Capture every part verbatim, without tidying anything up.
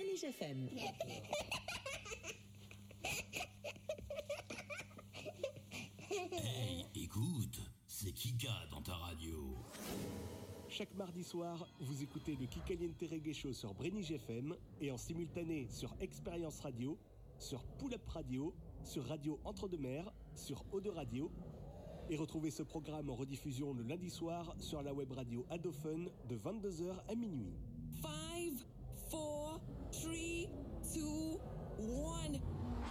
Brénig F M. Hey, écoute, c'est Kika dans ta radio. Chaque mardi soir, vous écoutez le Kikaliente Reggae Show sur Brénig F M et en simultané sur Expérience Radio, sur Pull Up Radio, sur Radio Entre-deux-Mers, sur O deux Radio. Et retrouvez ce programme en rediffusion le lundi soir sur la web radio Adophone de vingt-deux heures à minuit. five, four, three, two, one.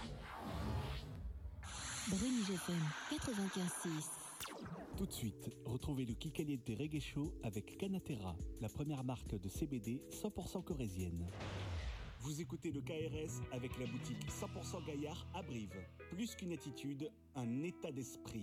Brénig F M quatre-vingt-quinze six. Tout de suite, retrouvez le Kikaliente Reggae Show avec Canatera, la première marque de C B D cent pour cent corésienne. Vous écoutez le K R S avec la boutique cent pour cent Gaillard à Brive. Plus qu'une attitude, un état d'esprit.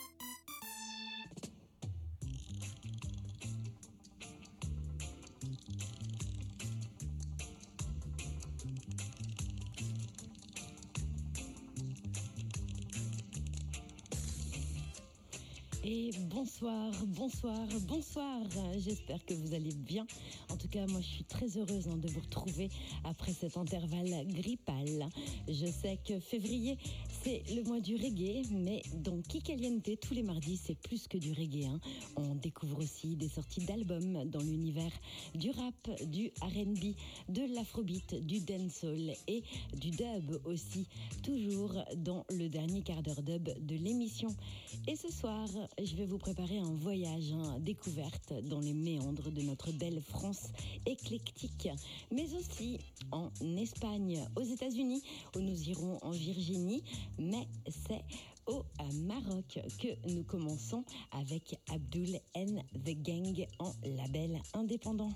Et bonsoir, bonsoir, bonsoir. J'espère que vous allez bien. En tout cas, moi, je suis très heureuse hein, de vous retrouver après cet intervalle grippal. Je sais que février, c'est le mois du reggae, mais dans Kikaliente, tous les mardis, c'est plus que du reggae. Hein. On découvre aussi des sorties d'albums dans l'univers du rap, du R and B, de l'afrobeat, du dancehall et du dub aussi. Toujours dans le dernier quart d'heure dub de l'émission. Et ce soir, je vais vous préparer un voyage, hein, découverte dans les méandres de notre belle France éclectique, mais aussi en Espagne, aux États-Unis, où nous irons en Virginie, mais c'est au Maroc que nous commençons avec Abdul and the Gang en label indépendant.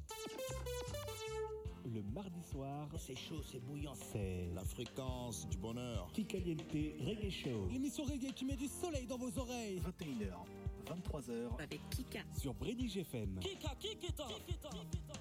Le mardi soir, c'est chaud, c'est bouillant, c'est la fréquence du bonheur. Kikaliente Reggae Show. L'émission reggae qui met du soleil dans vos oreilles. vingt et une heures, vingt-trois heures. Avec Kika. Sur Brénig F M. Kika, Kikita, Kikita.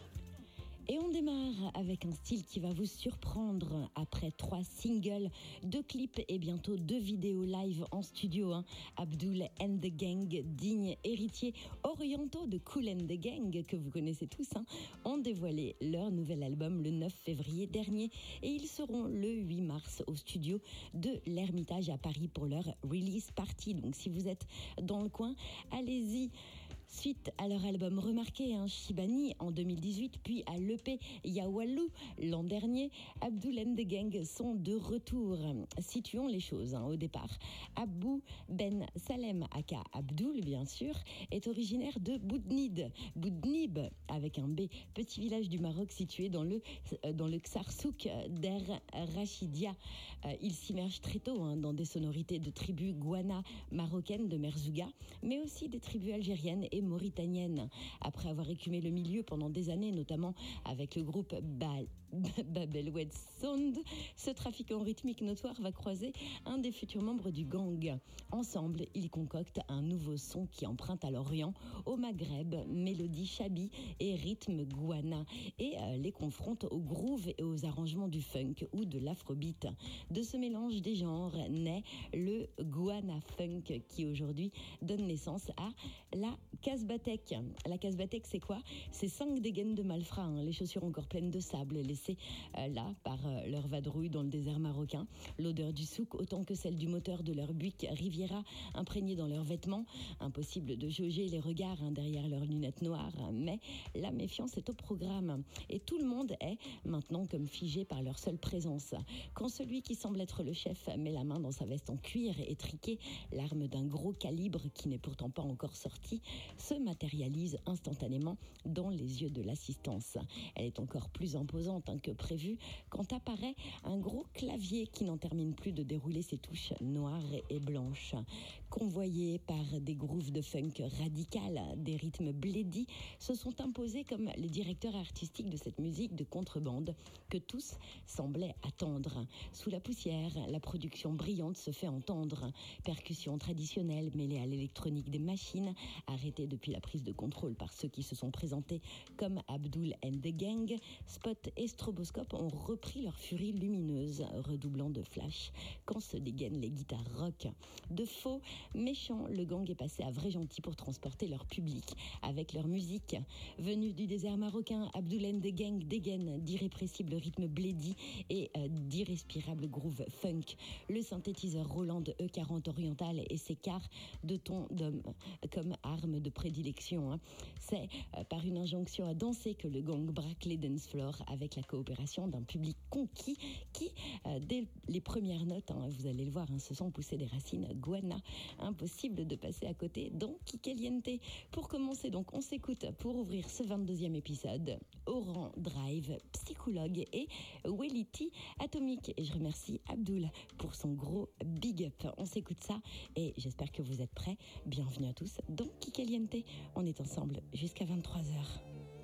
Et on démarre avec un style qui va vous surprendre après trois singles, deux clips et bientôt deux vidéos live en studio. Hein. Abdul and the Gang, dignes héritiers orientaux de Kool and the Gang, que vous connaissez tous, hein, ont dévoilé leur nouvel album le neuf février dernier. Et ils seront le huit mars au studio de l'Ermitage à Paris pour leur release party. Donc si vous êtes dans le coin, allez-y. Suite à leur album remarqué, hein, Shibani en deux mille dix-huit, puis à l'E P Yawalou l'an dernier, Abdul and the Gang sont de retour. Situons les choses hein, au départ. Abou Ben Salem, aka Abdul bien sûr, est originaire de Boudnid, Boudnib avec un B, petit village du Maroc situé dans le, euh, dans le Ksarsouk d'Er Rachidia. Euh, il s'immerge très tôt hein, dans des sonorités de tribus gouana marocaines de Merzouga, mais aussi des tribus algériennes et mauritanienne. Après avoir écumé le milieu pendant des années, notamment avec le groupe ba- Babelwed Sound, ce trafiquant rythmique notoire va croiser un des futurs membres du gang. Ensemble, ils concoctent un nouveau son qui emprunte à l'Orient, au Maghreb, mélodie chabi et rythme gouana, et euh, les confronte au groove et aux arrangements du funk ou de l'afrobeat. De ce mélange des genres naît le gouana funk qui aujourd'hui donne naissance à la Casbatek. La Casbatek, c'est quoi? C'est cinq dégaines de malfrats, hein, les chaussures encore pleines de sable, laissées euh, là par euh, leur vadrouille dans le désert marocain. L'odeur du souk, autant que celle du moteur de leur Buick Riviera, imprégnée dans leurs vêtements. Impossible de jauger les regards hein, derrière leurs lunettes noires, mais la méfiance est au programme. Et tout le monde est maintenant comme figé par leur seule présence. Quand celui qui semble être le chef met la main dans sa veste en cuir étriquée, l'arme d'un gros calibre qui n'est pourtant pas encore sortie, se matérialise instantanément dans les yeux de l'assistance. Elle est encore plus imposante hein, que prévu quand apparaît un gros clavier qui n'en termine plus de dérouler ses touches noires et blanches. Convoyés par des grooves de funk radical, des rythmes blédis se sont imposés comme les directeurs artistiques de cette musique de contrebande que tous semblaient attendre. Sous la poussière, la production brillante se fait entendre. Percussions traditionnelles mêlées à l'électronique des machines, arrêtées depuis la prise de contrôle par ceux qui se sont présentés comme Abdul and the Gang, spots et stroboscopes ont repris leur furie lumineuse, redoublant de flash quand se dégainent les guitares rock. De faux méchants, le gang est passé à vrai gentil pour transporter leur public avec leur musique. Venus du désert marocain, Abdoul and the Gang dégaine d'irrépressibles rythmes blédis et euh, d'irrespirables grooves funk. Le synthétiseur Roland E quarante oriental et ses quarts de ton d'homme comme arme de prédilection. Hein. C'est euh, par une injonction à danser que le gang braque les dance floors avec la coopération d'un public conquis qui, euh, dès les premières notes, hein, vous allez le voir, hein, se sont poussées des racines guana. Impossible de passer à côté dans Kikaliente. Pour commencer, donc, on s'écoute pour ouvrir ce vingt-deuxième épisode Oran Drive, Psychologue et Welity Atomique. Et je remercie Abdoul pour son gros big up. On s'écoute ça et j'espère que vous êtes prêts. Bienvenue à tous dans Kikaliente. On est ensemble jusqu'à vingt-trois heures.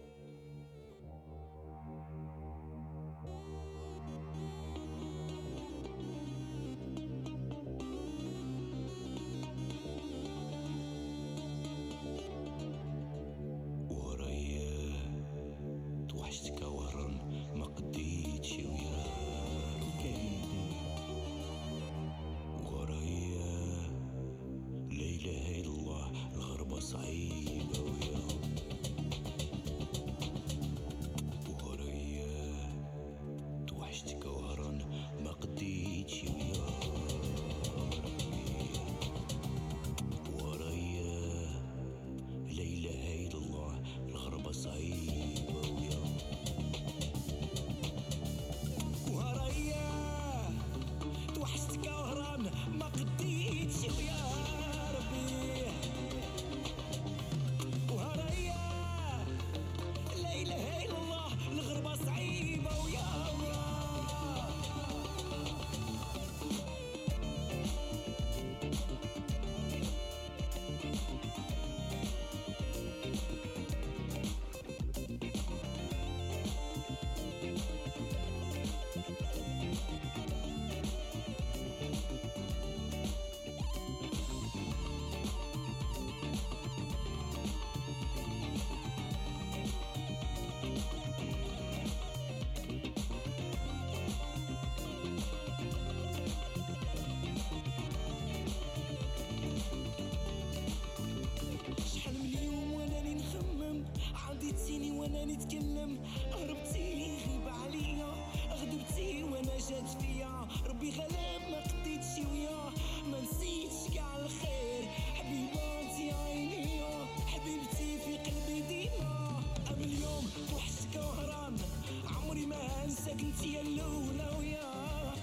نتكلم هربتي غيب عليا غضبتي وانا جات فيا ربي غلب ما قديتش وياه ما نسيتش كاع الخير حبيبه انتي عينيا حبيبتي في قلبي ديما اما اليوم وحشك وهران عمري ما انساك انتي الاولى وياه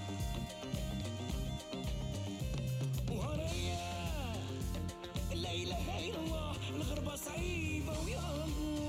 وهريا لا اله الا الله الغربه صعيبه وياه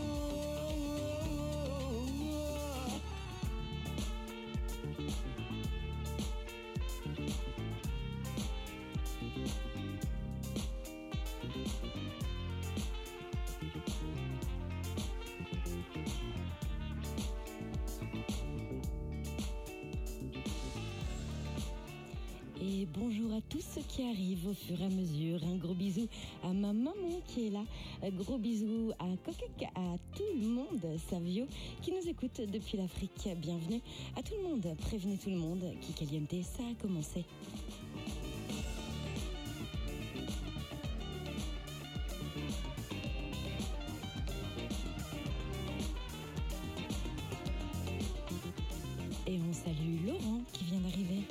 Et bonjour à tous ceux qui arrivent au fur et à mesure. Un gros bisou à ma maman qui est là. Un gros bisou à Kokek, à tout le monde, Savio, qui nous écoute depuis l'Afrique. Bienvenue à tout le monde. Prévenez tout le monde. Kikaliente, ça a commencé. Et on salue Laurent qui vient d'arriver.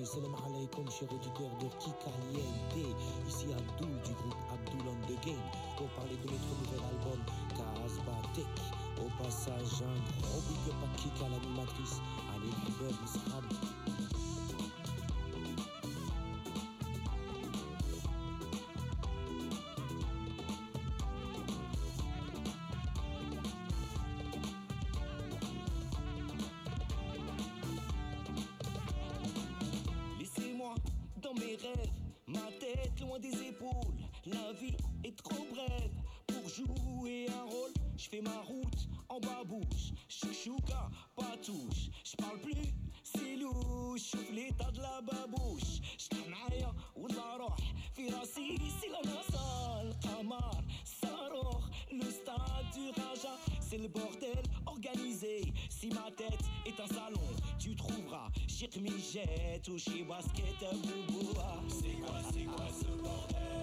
salam alaikum, chers auditeurs de Kikaliente. Ici Abdul du groupe Abdul on the Game pour parler de notre nouvel album Casbah Tech. Au passage, un gros big up à Kika, l'animatrice. Allez, Uber, Israël. Laissez-moi dans mes rêves, ma tête loin des épaules. La vie est trop brève pour jouer un rôle. Je fais ma route en babouche, chouchouka, pas touche. Je parle plus, c'est louche, شوف l'état de la babouche. شطح معايا ولا روح في راسي c'est la NASA, القمر صاروخ. Le stade du Raja, c'est le bordel organisé. Si ma tête est un salon, tu trouveras chez Mijette ou chez Basket Bouboua. C'est quoi, c'est quoi ce bordel?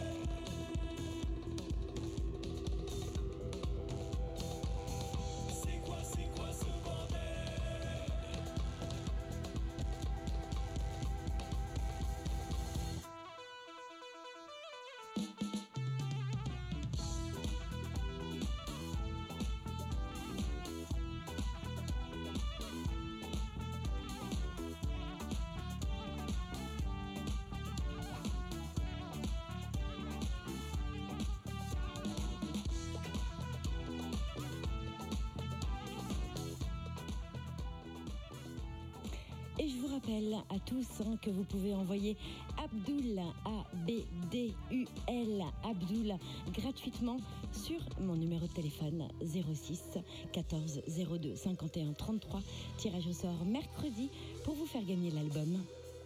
Et je vous rappelle à tous hein, que vous pouvez envoyer Abdul, A B D U L, Abdul, gratuitement sur mon numéro de téléphone zéro six quatorze zéro deux cinquante et un trente-trois. Tirage au sort mercredi pour vous faire gagner l'album.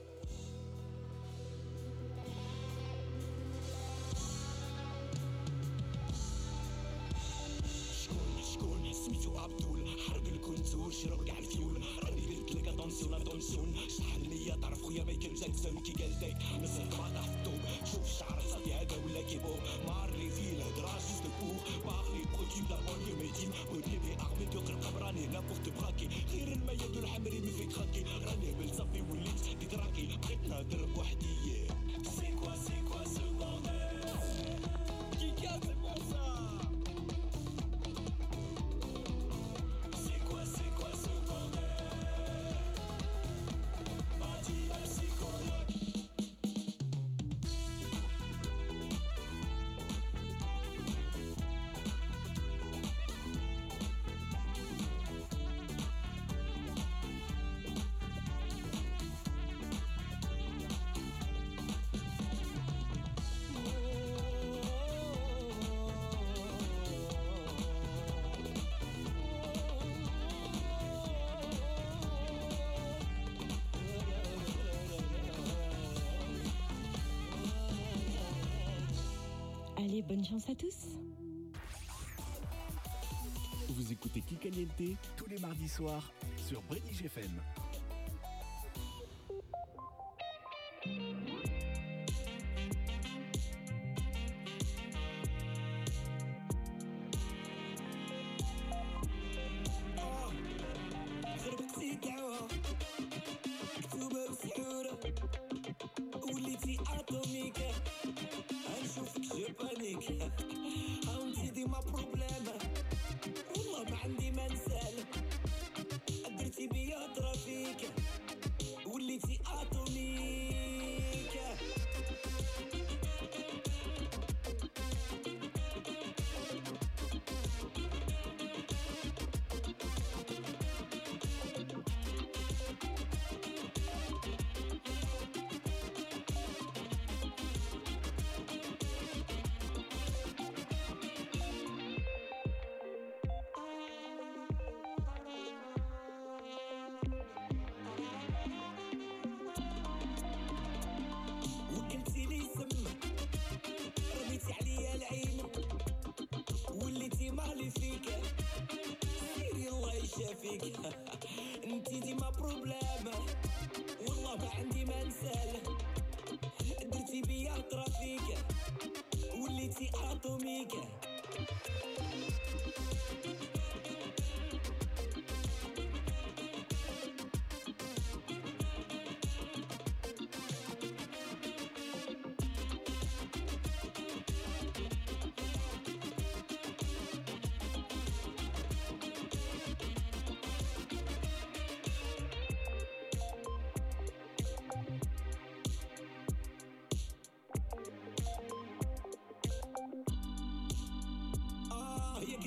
شرب كاع الفيول راني درت لك اتونسيون اتونسيون شحال النية تعرف خويا مايكل جاكسون كي قال دايك نزل قاطع في الطوب شوف الشعر صافي هذا ولا كيبوب مارلي في الهضرة جوست بور باغلي برودوي لا بونيو ميدين ودي بي ارمي دو قرقب راني هنا بوغ تبراكي غير المياد والحمري مي فيك خاكي راني هبل صافي وليت تدراكي بغيت نهضر بوحدي سي كوا سي كوا سو بورديل كي كان سي بون سا Allez, bonne chance à tous. Vous écoutez Kikaliente tous les mardis soirs sur Brénig F M. وليتي اتوميك نشوفك جو بانيك هاونتي ديما بروبليم والله ما عندي ما نسال درتي بيا ترافيك وليتي اتوميك فيك انتي ديما بروبليم والله ما عندي ما نسال درتي بيا ترافيك وليتي اتوميك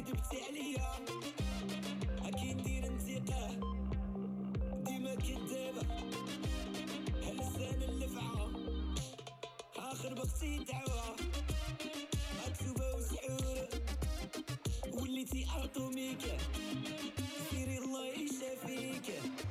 كدبتي عليا اكي ندير انتقاه ديما كدابة هلسان اللفعة اخر بختي دعوة مكتوبة وسحورة وليتي ارطوميك سيري الله يشافيك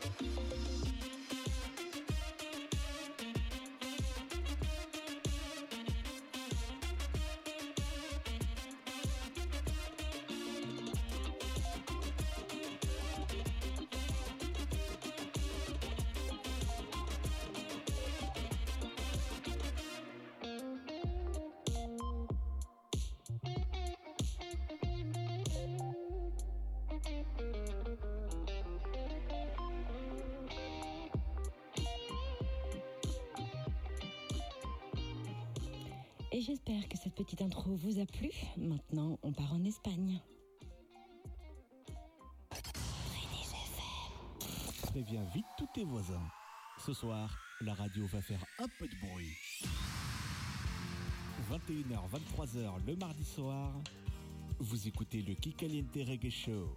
Et j'espère que cette petite intro vous a plu. Maintenant, on part en Espagne. Préviens vite tous tes voisins. Ce soir, la radio va faire un peu de bruit. vingt et une heures, vingt-trois heures le mardi soir, vous écoutez le Kikaliente Reggae Show.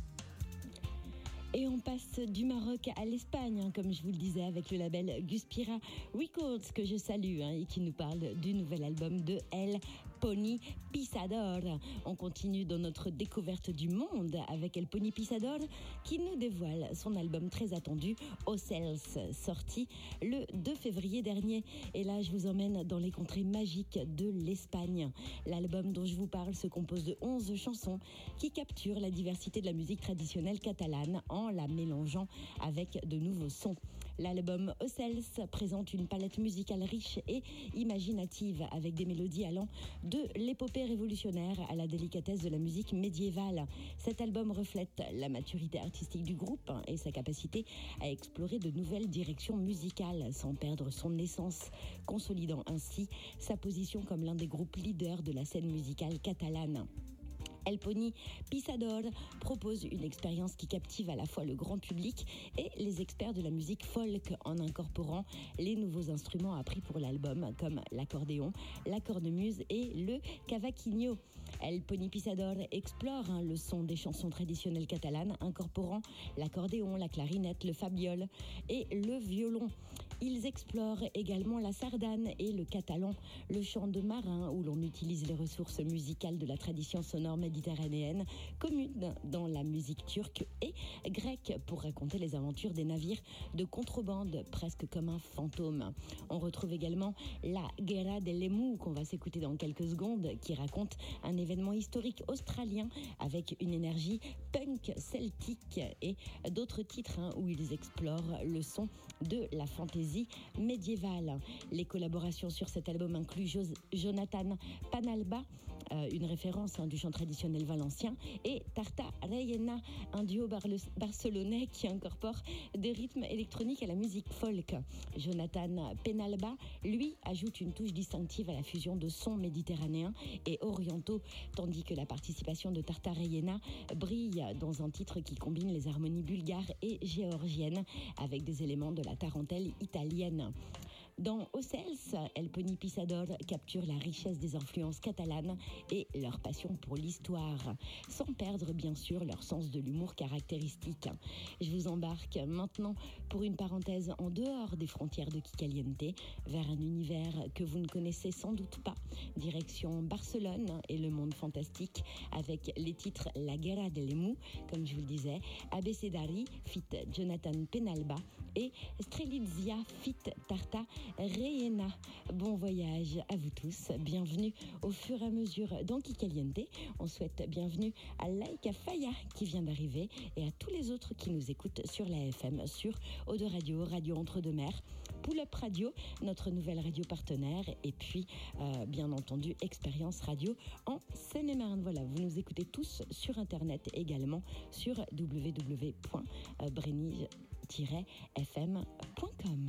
Et on passe du Maroc à l'Espagne, hein, comme je vous le disais, avec le label Guspira Records, que je salue, hein, et qui nous parle du nouvel album de El Pony Pisador. On continue dans notre découverte du monde avec El Pony Pisador, qui nous dévoile son album très attendu, Ocels, sorti le deux février dernier. Et là, je vous emmène dans les contrées magiques de l'Espagne. L'album dont je vous parle se compose de onze chansons qui capturent la diversité de la musique traditionnelle catalane en la mélangeant avec de nouveaux sons. L'album Ocels présente une palette musicale riche et imaginative avec des mélodies allant de l'épopée révolutionnaire à la délicatesse de la musique médiévale. Cet album reflète la maturité artistique du groupe et sa capacité à explorer de nouvelles directions musicales sans perdre son essence, consolidant ainsi sa position comme l'un des groupes leaders de la scène musicale catalane. El Pony Pisador propose une expérience qui captive à la fois le grand public et les experts de la musique folk en incorporant les nouveaux instruments appris pour l'album comme l'accordéon, la cornemuse et le cavaquinho. El Pony Pisador explore hein, le son des chansons traditionnelles catalanes incorporant l'accordéon, la clarinette, le fabiol et le violon. Ils explorent également la sardane et le catalan, le chant de marin où l'on utilise les ressources musicales de la tradition sonore méditerranéenne commune dans la musique turque et grecque pour raconter les aventures des navires de contrebande presque comme un fantôme. On retrouve également la Guerra de l'Emu qu'on va s'écouter dans quelques secondes qui raconte un événement historique australien avec une énergie punk celtique et d'autres titres hein, où ils explorent le son de la fantaisie médiévale. Les collaborations sur cet album incluent Jos- Jonathan Penalba, euh, une référence hein, du chant traditionnel valencien, et Tarta Reyena, un duo bar- barcelonais qui incorpore des rythmes électroniques à la musique folk. Jonathan Penalba, lui, ajoute une touche distinctive à la fusion de sons méditerranéens et orientaux, tandis que la participation de Tarta Reyena brille dans un titre qui combine les harmonies bulgares et géorgiennes avec des éléments de la tarentelle italienne. Dans Ocels, El Pony Pisador capture la richesse des influences catalanes et leur passion pour l'histoire, sans perdre bien sûr leur sens de l'humour caractéristique. Je vous embarque maintenant pour une parenthèse en dehors des frontières de Kikaliente, vers un univers que vous ne connaissez sans doute pas, direction Barcelone et le monde fantastique, avec les titres La Guerra de l'Emu, comme je vous le disais, Abecedari, fit Jonathan Penalba, et Strelitzia, fit Tarta Reyena. Bon voyage à vous tous, bienvenue au fur et à mesure dans Kikaliente. On souhaite bienvenue à Laika Faya qui vient d'arriver et à tous les autres qui nous écoutent sur la F M, sur Eau de Radio, Radio Entre-deux-Mers, Pull Up Radio, notre nouvelle radio partenaire, et puis euh, bien entendu Expérience Radio en Seine-et-Marne. Voilà, vous nous écoutez tous sur Internet également sur w w w point brenige tiret f m point com.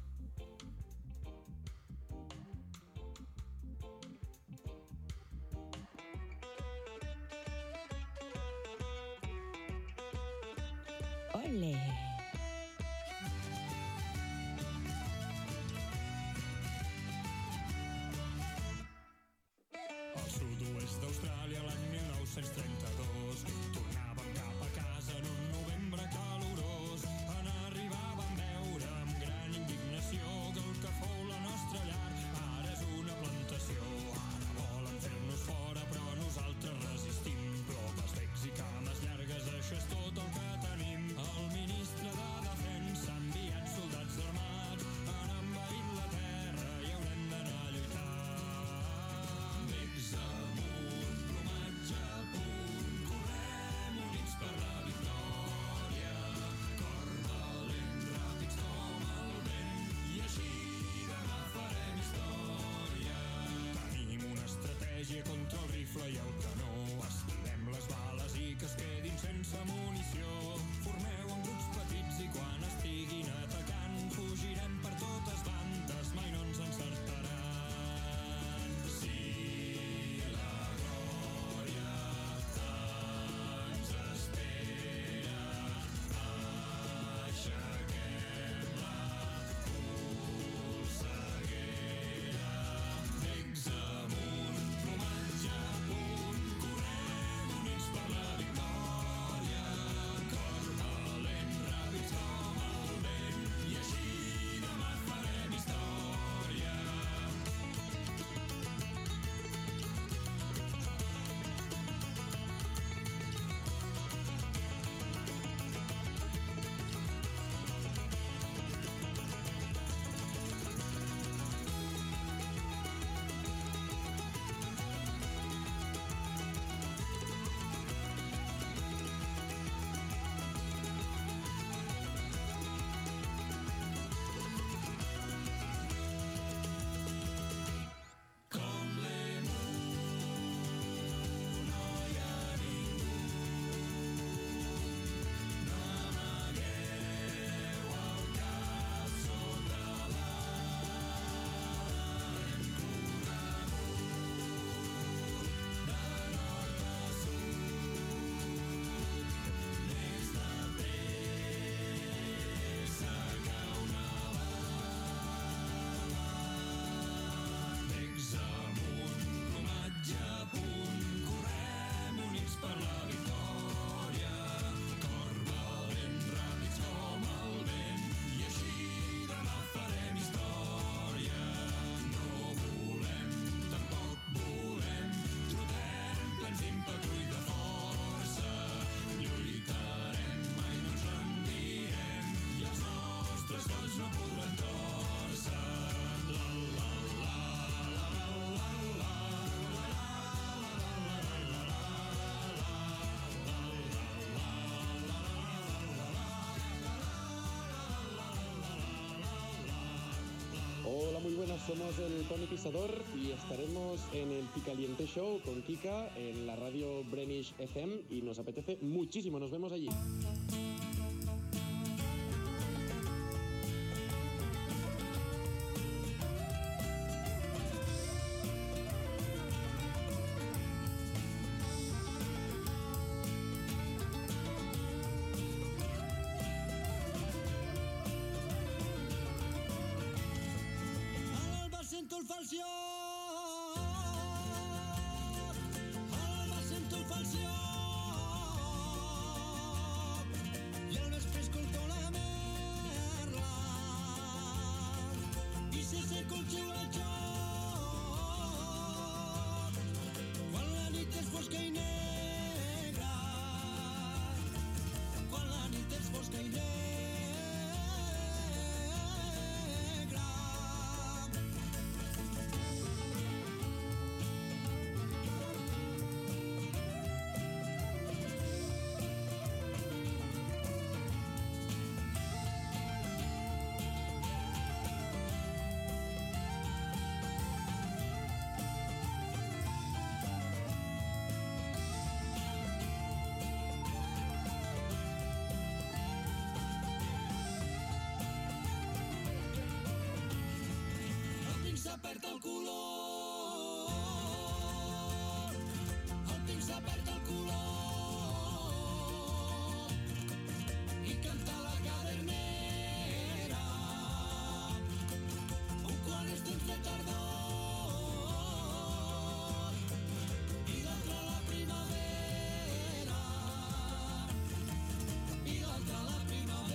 Olé! Al sud-oest d'Austràlia l'any mil nou-cents trenta-dos Hola, muy buenas, somos el Pony Pisador y estaremos en el Picaliente Show con Kika en la radio Brenish F M y nos apetece muchísimo, nos vemos allí. Sento el falsió, alba sento el falsió, i al vespre escolto la merla, i se seco el seu al joc, quan la nit és fosca i negra, quan la nit és fosca i negra. S'ha perd el color, el temps s'ha perd el color i canta la cadernera un quan és temps de tardor i l'altre la primavera i l'altre la primavera.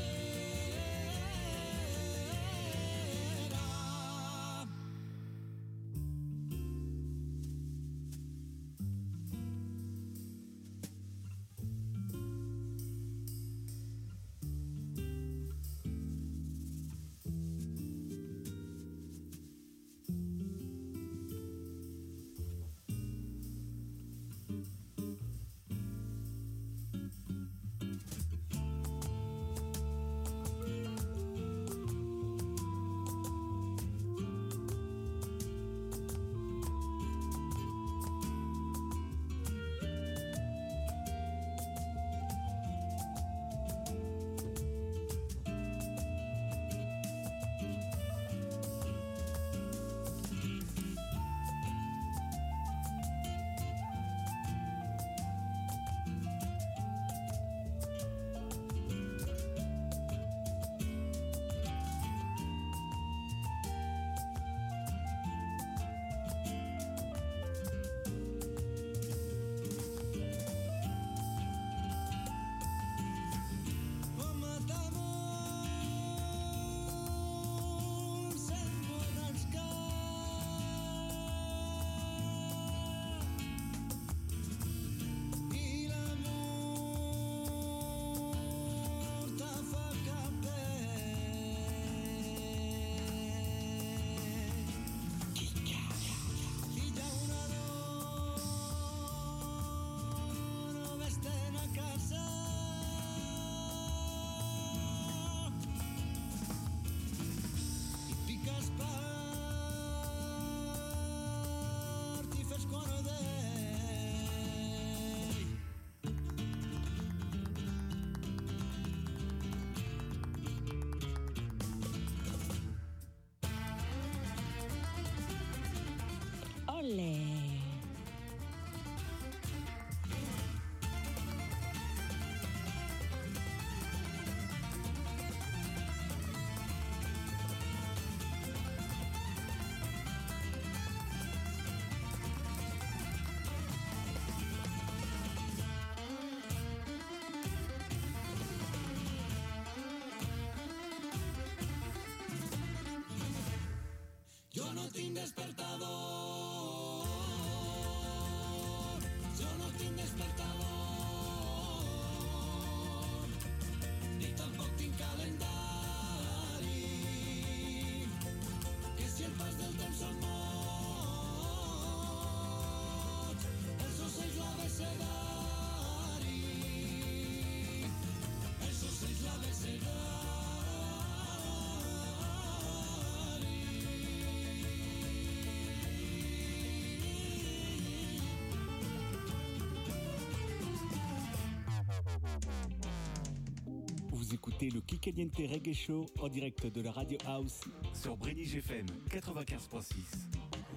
écoutez le Kikaliente Reggae Show en direct de la Radio House sur Brenige F M quatre-vingt-quinze point six.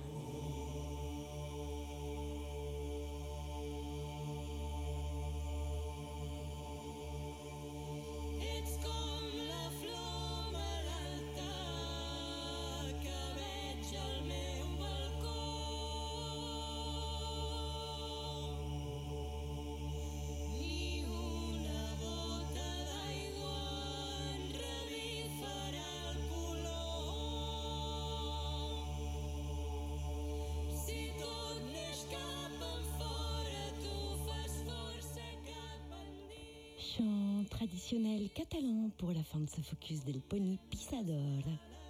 Chant traditionnel catalan pour la fin de ce focus del Pony Pissador.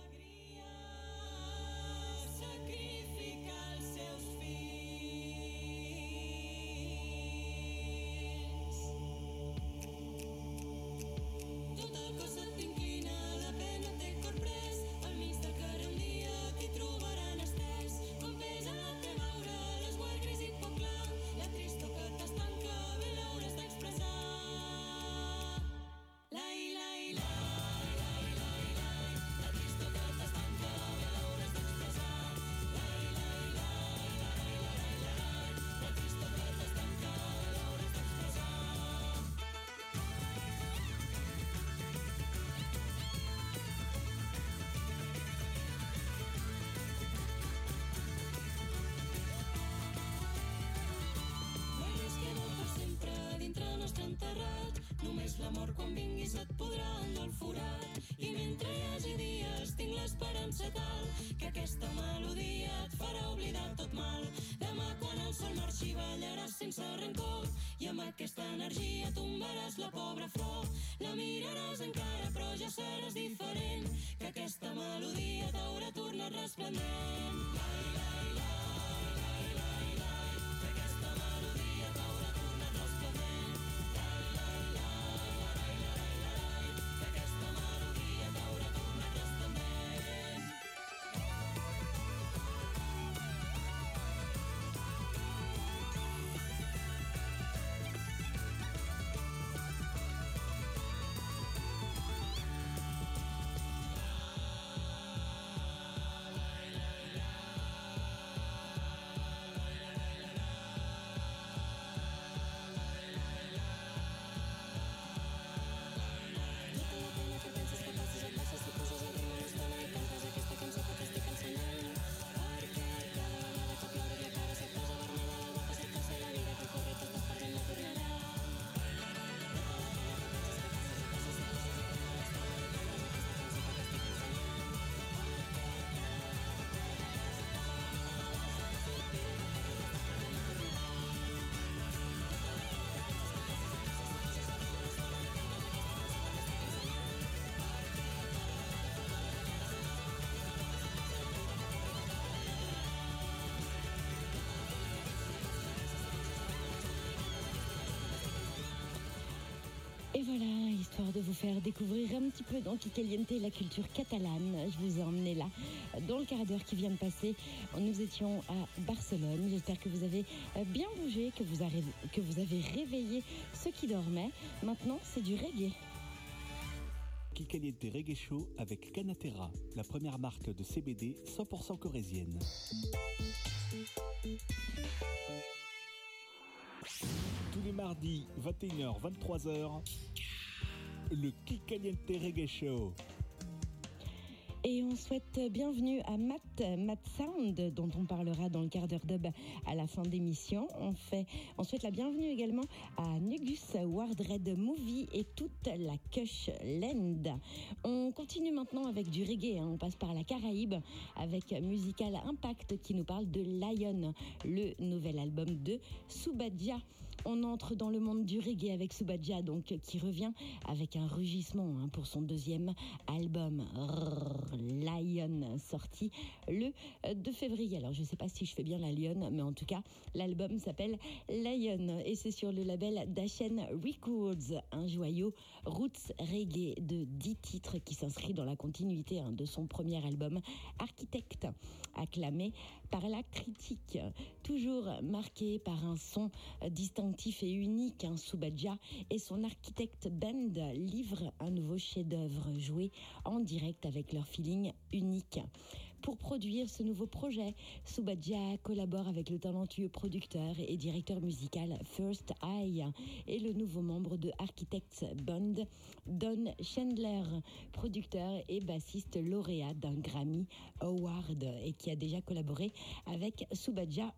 L'amor quan vinguis et podrà endur el forat i mentre hi hagi dies tinc l'esperança tal que aquesta melodia et farà oblidar tot mal. Demà quan el sol marxi ballaràs sense rancor i amb aquesta energia tombaràs la pobra flor. La miraràs encara però ja seràs diferent, que aquesta melodia t'haurà tornat resplendent. Lai, lai, lai, lai, lai, lai, que aquesta melodia t'haurà tornat resplendent. Lai, lai, lai, lai, lai, lai, que aquesta melodia t'haurà tornat resplendent. Et voilà, histoire de vous faire découvrir un petit peu dans Kikaliente la culture catalane. Je vous ai emmené là, dans le quart d'heure qui vient de passer. Nous étions à Barcelone. J'espère que vous avez bien bougé, que vous avez, que vous avez réveillé ceux qui dormaient. Maintenant, c'est du reggae. Kikaliente Reggae Show avec Canatera, la première marque de C B D cent pour cent corésienne. Tous les mardis, vingt et une heures vingt-trois heures, le Kikaliente Reggae Show. Et on souhaite bienvenue à Matt, Matt Sound, dont on parlera dans le quart d'heure dub à la fin d'émission. On, fait, on souhaite la bienvenue également à Nugus, Wardred Movie et toute la Kush Land. On continue maintenant avec du reggae, hein. On passe par la Caraïbe avec Musical Impact qui nous parle de Lion, le nouvel album de Subadja. On entre dans le monde du reggae avec Subadja, donc qui revient avec un rugissement hein, pour son deuxième album Rrr, Lion, sorti le deux février. Alors je ne sais pas si je fais bien la Lion, mais en tout cas l'album s'appelle Lion et c'est sur le label Dashen Records, un joyau roots reggae de dix titres qui s'inscrit dans la continuité hein, de son premier album Architect, acclamé par la critique, toujours marqué par un son distinct instinctif et unique, hein, Subadja et son architecte band livrent un nouveau chef-d'œuvre joué en direct avec leur feeling unique. Pour produire ce nouveau projet, Subadja collabore avec le talentueux producteur et directeur musical First Eye et le nouveau membre de Architects Band, Don Chandler, producteur et bassiste lauréat d'un Grammy Award et qui a déjà collaboré avec Subadja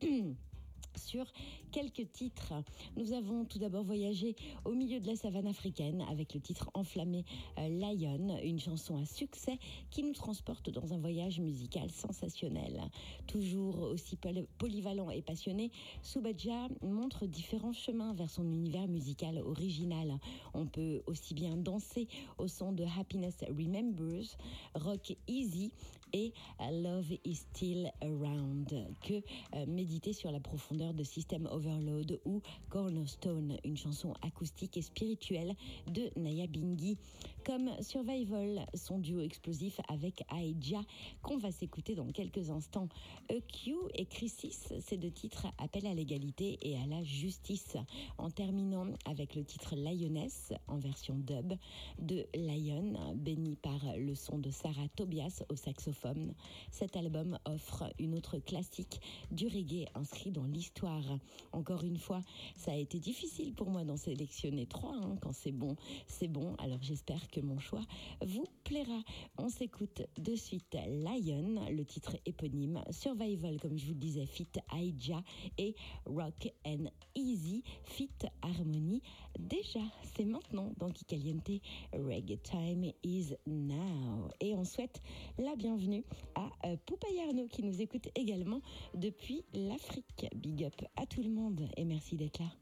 sur quelques titres. Nous avons tout d'abord voyagé au milieu de la savane africaine avec le titre enflammé euh, Lion, une chanson à succès qui nous transporte dans un voyage musical sensationnel. Toujours aussi poly- polyvalent et passionné, Subadja montre différents chemins vers son univers musical original. On peut aussi bien danser au son de Happiness Remembers, Rock Easy et Love is Still Around que euh, méditer sur la profondeur de System Overload ou Cornerstone, une chanson acoustique et spirituelle de Naya Binghi, comme Survival, son duo explosif avec Aïdja, qu'on va s'écouter dans quelques instants. E Q et Crisis, ces deux titres appellent à l'égalité et à la justice, en terminant avec le titre Lioness, en version dub, de Lion, béni par le son de Sarah Tobias au saxophone. Cet album offre une autre classique du reggae inscrit dans l'histoire. Encore une fois, ça a été difficile pour moi d'en sélectionner trois. Hein. Quand c'est bon, c'est bon. Alors j'espère que mon choix vous plaira. On s'écoute de suite Lion, le titre éponyme, Survival, comme je vous le disais, fit Aïdja et Rock and Easy, fit Harmony. Déjà, c'est maintenant dans Kikaliente, Reggae Time is now. Et on souhaite la bienvenue à euh, Poupaï Arnaud qui nous écoute également depuis l'Afrique. Big up à tout le monde et merci d'être là.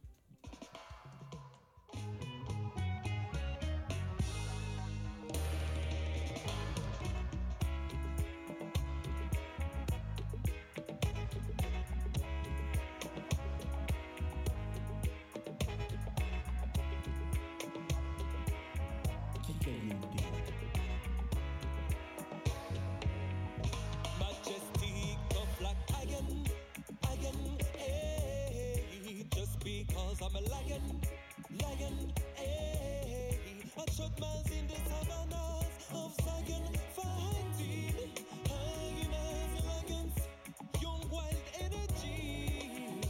Majestic of black again, again, eh. Just because I'm a lion, lion, eh. I shot mans in the savannas of Zion, fighting hyenas, lions, young wild energy.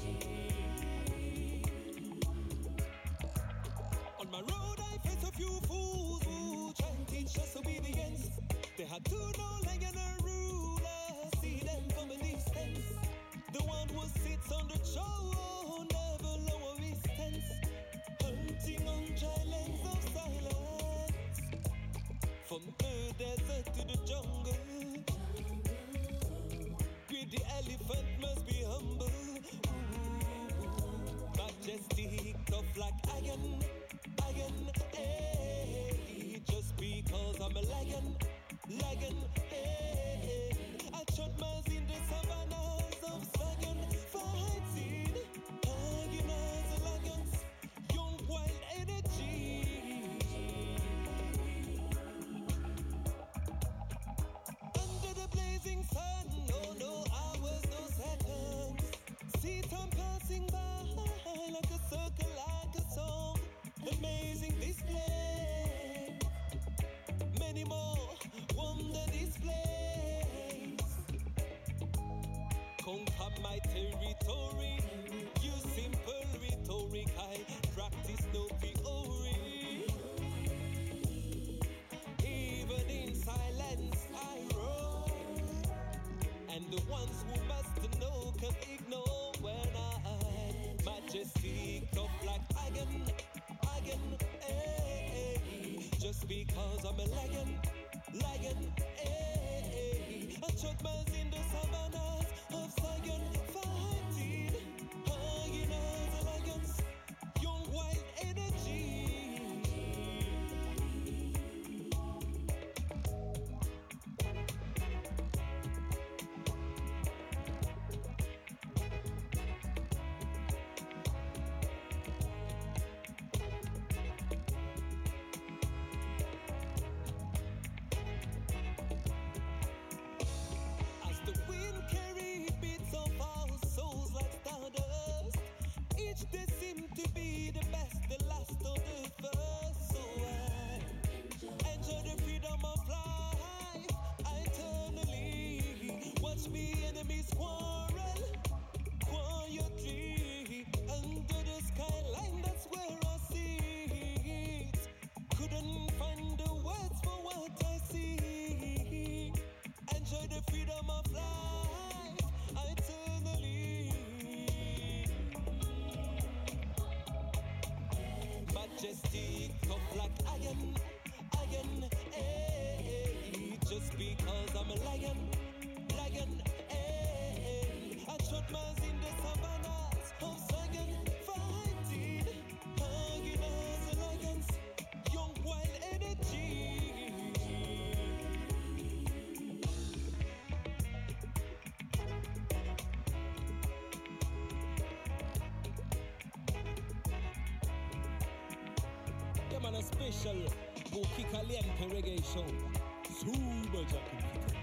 On my road I face a few fools who try and teach us obedience. They had to know lion a ruler, see them from a distance. The one who sits on the throne, never lower his stance, hunting on dry lands of silence. From the desert to the jungle, greedy elephant must be humble. Ooh, majestic, tough like iron, iron, eh. Just because I'm a lion, lion, eh. I shot mans in the savannas of Zion, fighting hyenas, lions, young wild energy. Under the blazing sun, no, no hours, no seconds. See time passing by like a circle, like a song. Amazing display. Many more wonder displays. Conquer my territory. Use simple rhetoric. I practice no theory. Even in silence I roar. And the ones who must know can ignore when I majestic of black iron, iron, eh, eh. Just because I'm a lion, lion, eh, eh. I shot mans in the savannas of Zion, fighting hyenas, lions, young wild energy. just because I'm a lion, lion, eh. I shot mines in the savannas of Zion, fighting, hugging as lions, young wild energy. Yeah, man, a special Boki Caliente reggae show. Super Jacket.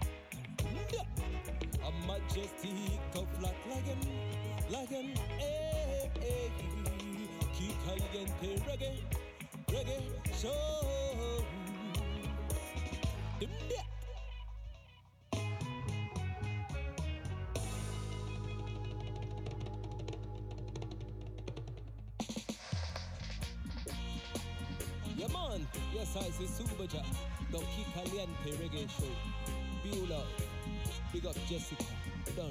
A majestic of black lion, lion, eh, eh. Ki Caliente reggae, reggae show. Yeah. Yeah, man. Yes, I say Super Jack. The Ki Caliente reggae show. Beulah. Big up Jessica. Done.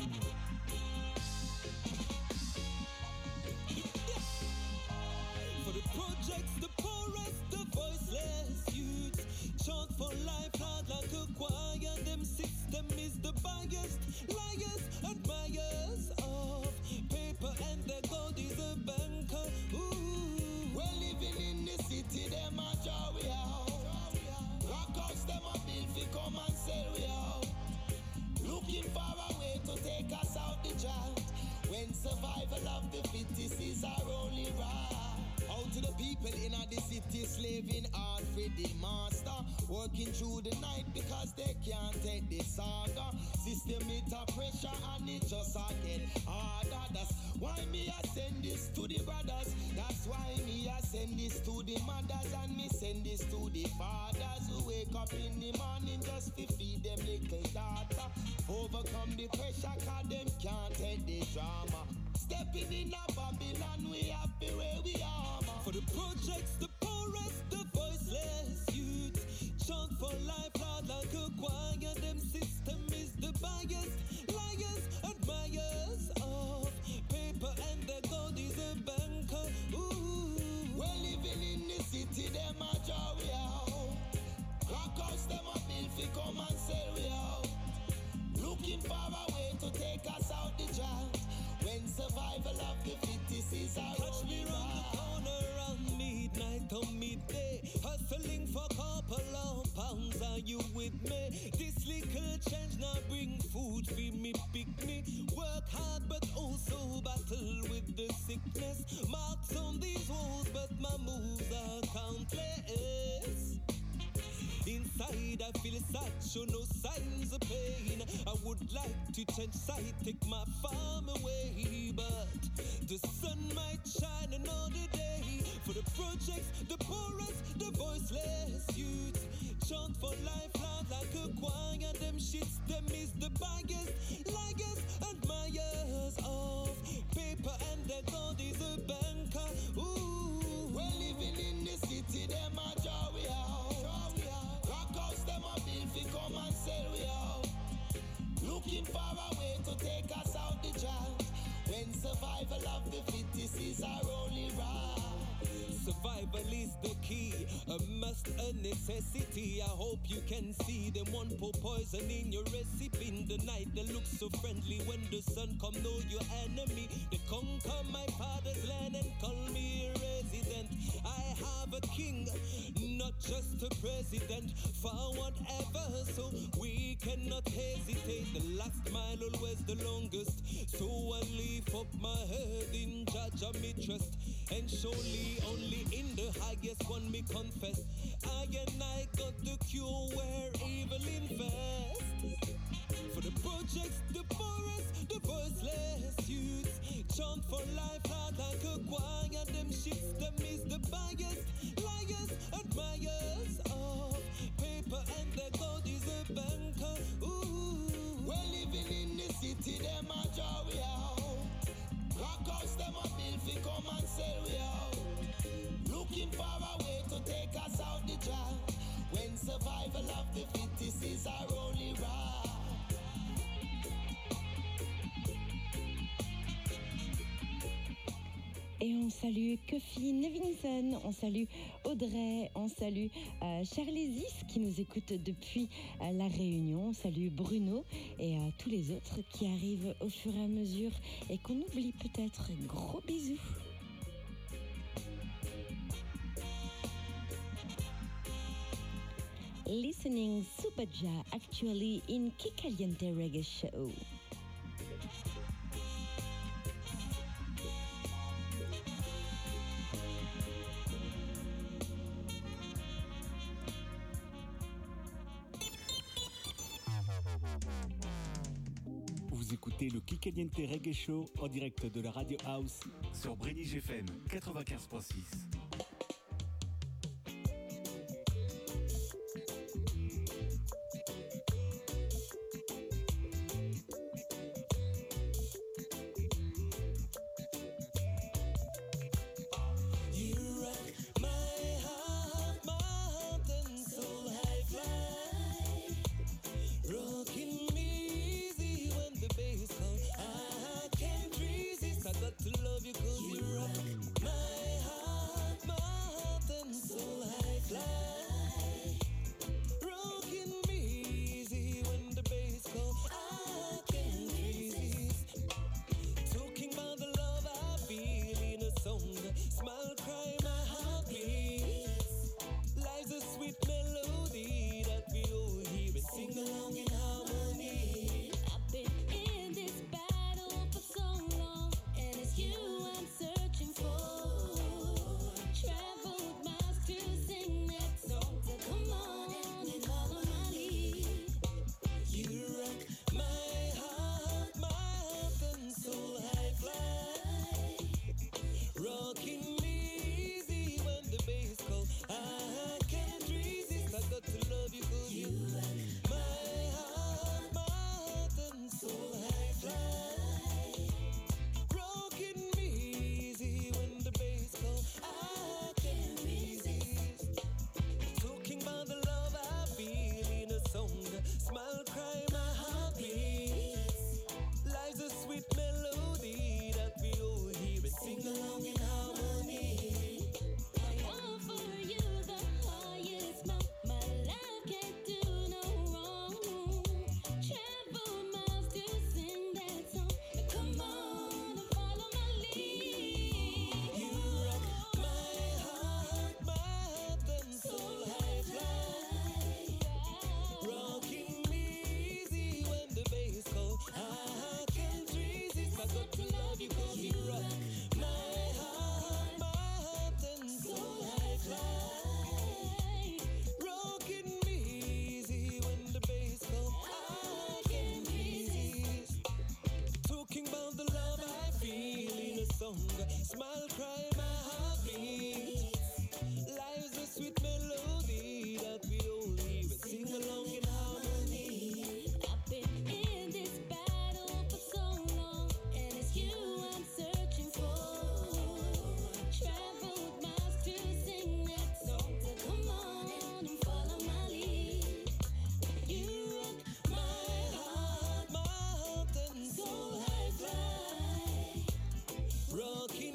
Yeah. For the projects, the poorest, the voiceless youth. Chant for life, hard like a choir. Them system is the biased. Liars, admirers of paper, and the gold is a banker. Ooh. We're living in the city, them a draw we out. Rock house, them a build fi come and sell we out. Looking for a way to take us out the drought. When survival of the fittest is our only right. Out to the people in the city, slaving hard for the master. Working through the night because they can't take the saga. System it a pressure and it just a get harder. That's why me I send this to the brothers. That's why me I send this to the mothers. And me send this to the fathers who wake up in the morning just to feed them little daughter. Overcome the pressure cause them can't take the drama. Stepping in a Babylon, we happy where we are. For the projects, the poorest, the voiceless youth. Chant for life, loud like a choir. Them system is the biased. Liars, admirers of paper, and the gold is a banker. Ooh. We're living in the city, them a draw we out. Rock house, them a build fi come and sell we out. Looking for a way to take us out the drought. When survival of the fittest is our Catch me round the corner around midnight or midday. Hustling for couple of pounds, are you with me? This little change now bring food for me picnic. Work hard but also battle with the sickness. Marks on these walls but my moves are countless. Inside I feel sad, show no signs of pain. I would like to change side, take my farm away, but the sun might shine another day. For the projects, the poorest, the voiceless youth. Chant for life loud like a choir. Them shits, them is the biggest. Liars, admirers of paper, and the gold is a banker. Ooh. We're living in the city, them a draw we out. Them a build fi come and sell we out. Looking for a way to take us out the drought. When survival of the fittest is our only right. Survival is the key, a must, a necessity. I hope you can see them one pour poison in your recipe. In the night they look so friendly. When the sun come, know your enemy. They conquer my father's land and call me a resident. I have a king, not just a president. For whatever, so we cannot hesitate. The last mile always the longest. So I lift up my head in Judge of me trust. And surely only in the highest one me confess. I and I got the cure where evil infests. For the projects, the forest, the voiceless youths. Chant for life loud like a choir. Them shits, them is the biggest. Liars, admirers of paper, and the gold is a banker. Ooh. We're living in the city, them a draw we out. Rock house, them a build fi come and sell we out. Looking for a way to take us out the drought. When survival of the fittest is our only right. Et on salue Kofi Nevinson, on salue Audrey, on salue euh, Charlésis qui nous écoute depuis euh, La Réunion, on salue Bruno et euh, tous les autres qui arrivent au fur et à mesure et qu'on oublie peut-être. Gros bisous. Listening Superja actually in Kikaliente Reggae Show. Vous écoutez le Kikaliente Reggae Show en direct de la Radio House sur Brenige F M quatre-vingt-quinze point six. Smile, cry, my heart beats. Life's a sweet melody that we all hear and sing along in harmony. I've been in this battle for so long, and it's you I'm searching for. Traveled miles to sing that song, so come on and follow my lead. You rock my heart, my heart and soul high fly. Rocking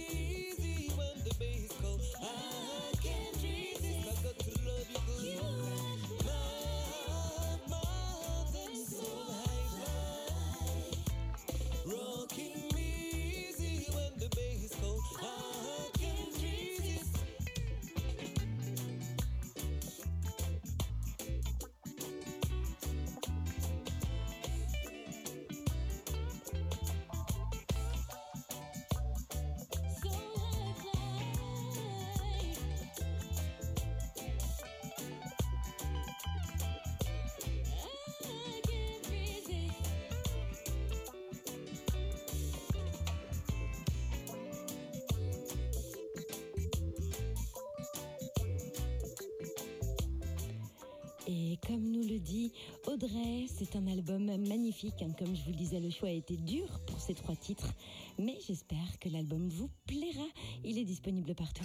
Et comme nous le dit Audrey, c'est un album magnifique. Hein. Comme je vous le disais, le choix a été dur pour ces trois titres. Mais j'espère que l'album vous plaira. Il est disponible partout.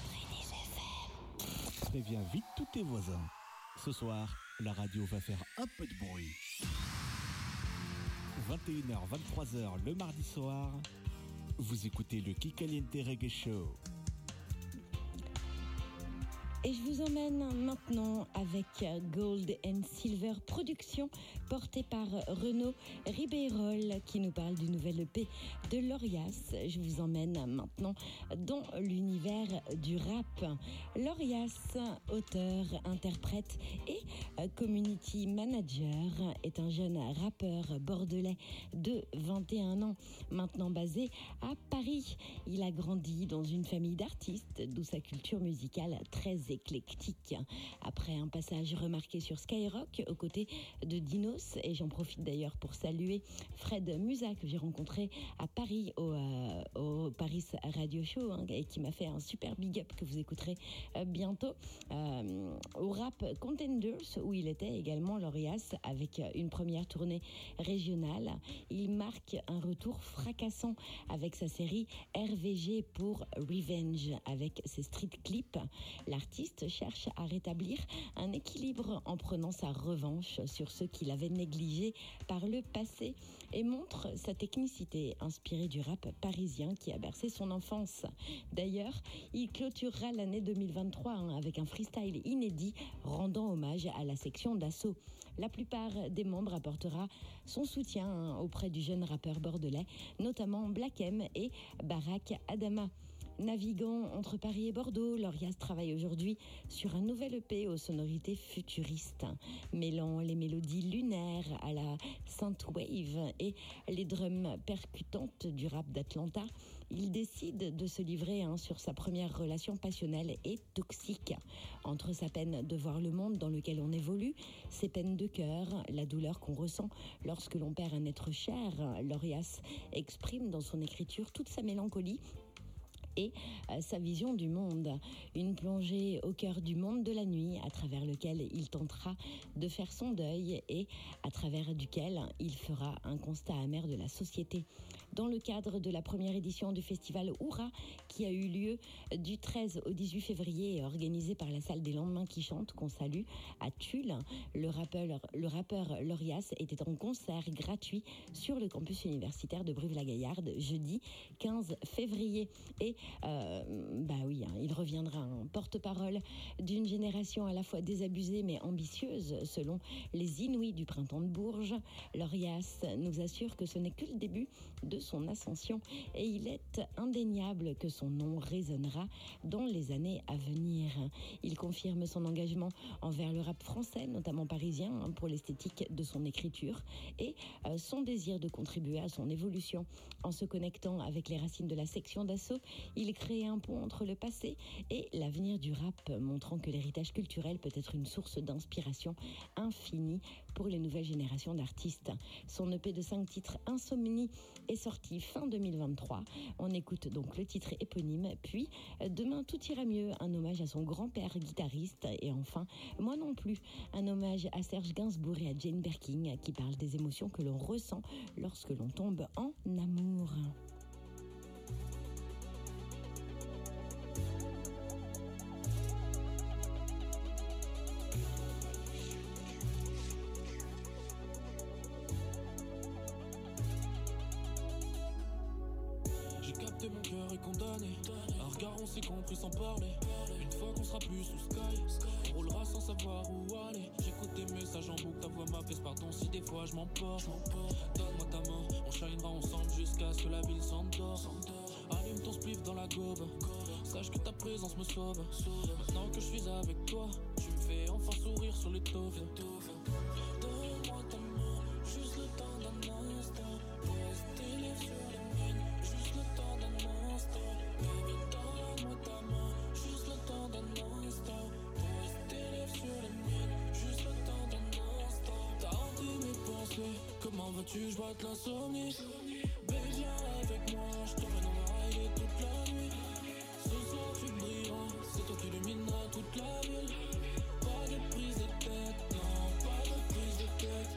Préviens vite tous tes voisins. Ce soir, la radio va faire un peu de bruit. vingt et une heures, vingt-trois heures le mardi soir, vous écoutez le Kikaliente Reggae Show. Et je vous emmène maintenant avec Gold and Silver Productions, portée par Renaud Ribeyrol, qui nous parle du nouvel E P de Lorias. Je vous emmène maintenant dans l'univers du rap. Lorias, auteur, interprète et community manager, est un jeune rappeur bordelais de vingt et un ans, maintenant basé à Paris. Il a grandi dans une famille d'artistes, d'où sa culture musicale très éclectique. Après un passage remarqué sur Skyrock aux côtés de Dinos, et j'en profite d'ailleurs pour saluer Fred Musa que j'ai rencontré à Paris au, euh, au Paris Radio Show, hein, et qui m'a fait un super big up que vous écouterez euh, bientôt, euh, au Rap Contenders où il était également Lorias avec une première tournée régionale. Il marque un retour fracassant avec sa série R V G pour Revenge. Avec ses street clips, l'artiste cherche à rétablir un équilibre en prenant sa revanche sur ceux qui l'avaient négligé par le passé et montre sa technicité inspirée du rap parisien qui a bercé son enfance. D'ailleurs, il clôturera l'année deux mille vingt-trois hein, avec un freestyle inédit rendant hommage à la section d'assaut. La plupart des membres apportera son soutien hein, auprès du jeune rappeur bordelais, notamment Black M et Barack Adama. Naviguant entre Paris et Bordeaux, Lorias travaille aujourd'hui sur un nouvel E P aux sonorités futuristes, mêlant les mélodies lunaires à la synthwave et les drums percutantes du rap d'Atlanta. Il décide de se livrer hein, sur sa première relation passionnelle et toxique. Entre sa peine de voir le monde dans lequel on évolue, ses peines de cœur, la douleur qu'on ressent lorsque l'on perd un être cher, Lorias exprime dans son écriture toute sa mélancolie et euh, sa vision du monde. Une plongée au cœur du monde de la nuit à travers lequel il tentera de faire son deuil et à travers duquel il fera un constat amer de la société. Dans le cadre de la première édition du festival Oura, qui a eu lieu du treize au dix-huit février et organisé par la salle des Lendemains qui chantent, qu'on salue, à Tulle, le rappeur, le rappeur Lorias était en concert gratuit sur le campus universitaire de Brive-la-Gaillarde jeudi quinze février. Et euh, bah oui, hein, il reviendra un porte-parole d'une génération à la fois désabusée mais ambitieuse, selon les Inuits du printemps de Bourges. Lorias nous assure que ce n'est que le début de son ascension et il est indéniable que son nom résonnera dans les années à venir. Il confirme son engagement envers le rap français, notamment parisien, hein, pour l'esthétique de son écriture et euh, son désir de contribuer à son évolution. En se connectant avec les racines de la section d'assaut, il crée un pont entre le passé et l'avenir du rap, montrant que l'héritage culturel peut être une source d'inspiration infinie pour les nouvelles générations d'artistes. Son E P de cinq titres, Insomnie, est sorti fin deux mille vingt-trois. On écoute donc le titre éponyme, puis Demain tout ira mieux, un hommage à son grand-père guitariste, et enfin Moi non plus, un hommage à Serge Gainsbourg et à Jane Birkin qui parlent des émotions que l'on ressent lorsque l'on tombe en amour. Mon cœur est condamné, un regard on s'est compris sans parler. Une fois qu'on sera plus sous Sky, on roulera sans savoir où aller. J'écoute tes messages en boucle, ta voix m'apaise, pardon si des fois je m'emporte. Donne-moi ta main, on shinera ensemble jusqu'à ce que la ville s'endort. Allume ton spliff dans la gobe, sache que ta présence me sauve. Maintenant que je suis avec toi, tu me fais enfin sourire sur les taufs. Donne-moi ta main, juste le temps d'un instant. Pose tes lèvres sur les miennes, juste le temps d'un instant. Baby, donne-moi ta main, juste le temps d'un instant. Pose tes lèvres sur les miennes, juste le temps d'un instant. T'as hanté mes pensées, comment vas-tu, je bois de l'insomnie. Baby, viens avec moi, je t'emmène en rider toute la nuit. Ce soir tu brilleras, c'est toi qui illumineras toute la ville. Pas de prise de tête, non, pas de prise de tête.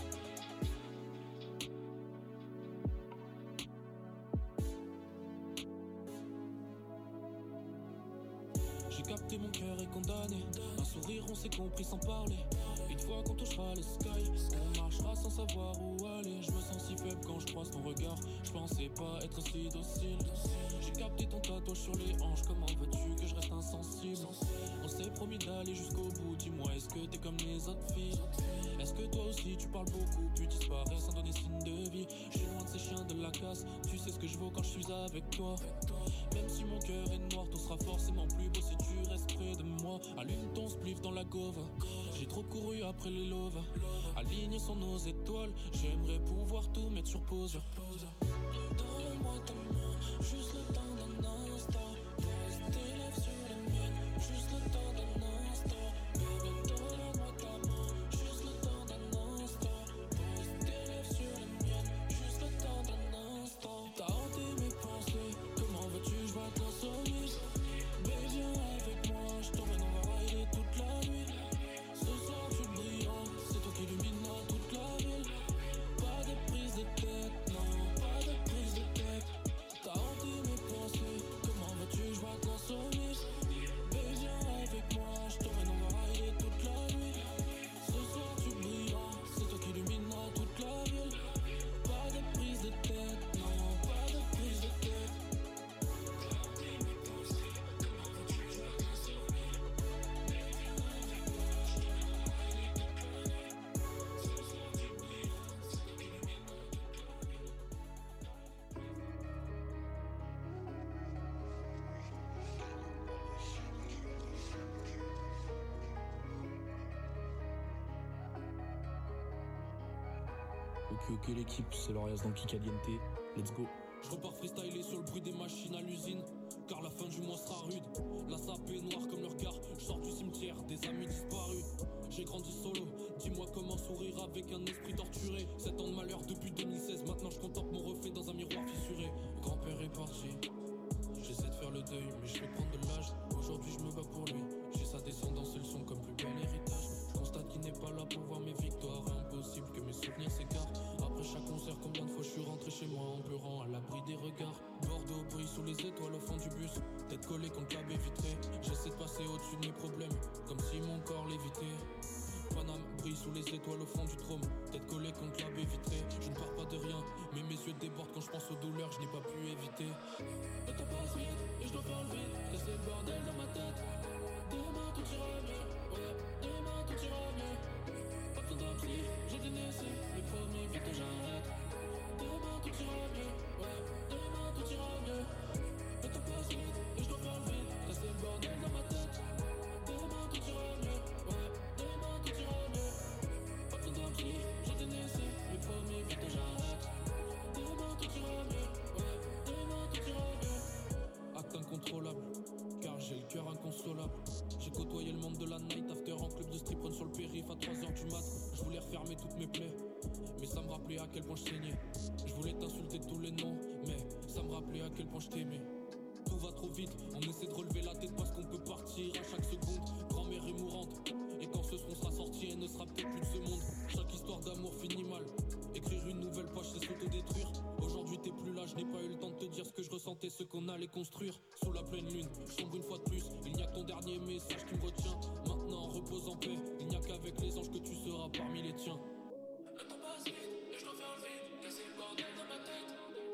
J'ai capté, mon cœur est condamné. Un sourire, on s'est compris sans parler. Une fois qu'on touchera les skies, on marchera sans savoir où aller. Je me sens si faible quand je croise ton regard. Je pensais pas être si docile. J'ai capté ton tatouage sur les hanches. Comment veux-tu que je reste insensible? On s'est promis d'aller jusqu'au bout. Dis-moi, est-ce que t'es comme les autres filles? Est-ce que toi aussi tu parles beaucoup puis disparais sans donner signe de vie? Je suis loin de ces chiens de la casse. Tu sais ce que je vaux quand je suis avec toi. Même si mon cœur est noir, tout sera forcément plus beau si tu restes près de moi. Allume ton spliff dans la gova. J'ai trop couru après les lovas. Aligne sur nos étoiles. J'aimerais pouvoir tout mettre sur pause. Donne-moi ta main, juste le temps d'un instant. Pose tes lèvres sur les miennes, juste le temps d'un instant. Bébé, donne-moi ta main, juste le temps d'un instant. Pose tes lèvres sur les miennes, juste le temps d'un instant. T'as hanté mes pensées, comment veux-tu je vois ton sommeil? Mais viens avec moi, je t'emmène, on va rider toute la nuit. Ce soir tu brillant, c'est toi qui illumineras toute la ville. Pas de prise de tête, non, pas de prise de tête. T'as hanté mes pensées, comment veux-tu je vois ton sommeil? Mais viens avec moi, je t'emmène, on va rider toute la nuit. Ce soir tu brillant, c'est toi qui illumineras toute la ville. Pas de prise de tête, non, pas de prise de tête. Ok ok l'équipe, c'est l'Orias dans Kikaliente, let's go. Je repars freestyler sur le bruit des machines à l'usine. Car la fin du mois sera rude. La sape est noire comme le regard. Je sors du cimetière, des amis disparus. J'ai grandi solo, dis-moi comment sourire avec un esprit torturé. Sept ans de malheur depuis deux mille seize. Maintenant je contemple mon reflet dans un miroir fissuré. Mon grand-père est parti. J'essaie de faire le deuil, mais je vais prendre de l'âge. Aujourd'hui je me bats pour lui. J'ai sa descendance et le son comme plus bel héritage. Je constate qu'il n'est pas là pour voir mes victoires. Impossible que mes souvenirs s'écartent. Après chaque concert, combien de fois je suis rentré chez moi en pleurant à l'abri des regards. Bordeaux brille sous les étoiles au fond du bus. Tête collée contre la baie vitrée. J'essaie de passer au-dessus de mes problèmes, comme si mon corps l'évitait. Paname brille sous les étoiles au fond du trône. Tête collée contre la baie vitrée. Je ne pars pas de rien, mais mes yeux débordent quand je pense aux douleurs. Je n'ai pas pu éviter. Le temps passe vite et je dois faire le vide. Casser le bordel dans ma tête. Demain tout ira mieux, ouais, demain tout ira mieux. Pas besoin d'un psy, j'ai des naissés. Les premiers vite que j'arrête. Demain tout ira mieux, ouais, demain tout ira mieux. Le temps passe vite et je dois faire le vide. Casser le bordel dans ma tête. Demain tout ira mieux, ouais, demain tout ira mieux. Pas besoin d'un psy, j'ai des naissés. Les premiers vite que j'arrête. Demain tout ira mieux, ouais, demain tout ira mieux. Acte incontrôlable, car j'ai le cœur inconsolable. J'ai côtoyé le monde de la night after en club de strip run sur le périph' à trois heures du mat. Je voulais refermer toutes mes plaies, mais ça me rappelait à quel point je saignais. Je voulais t'insulter de tous les noms, mais ça me rappelait à quel point je t'aimais. Tout va trop vite, on essaie de relever la tête parce qu'on peut partir à chaque seconde. Grand-mère est mourante, et quand ce son sera sorti, elle ne sera peut-être plus de ce monde. Chaque histoire d'amour finit mal. Écrire une nouvelle page, c'est s'autodétruire. Aujourd'hui t'es plus là, je n'ai pas eu le temps de te dire ce que je ressentais, ce qu'on allait construire. Sous la pleine lune, je sombre une fois de plus. Il n'y a que ton dernier message qui me retient. Maintenant repose en paix, il n'y a qu'avec les anges que tu seras parmi les tiens. Le temps passe vite, et je dois faire le vide. Casser le bordel dans ma tête.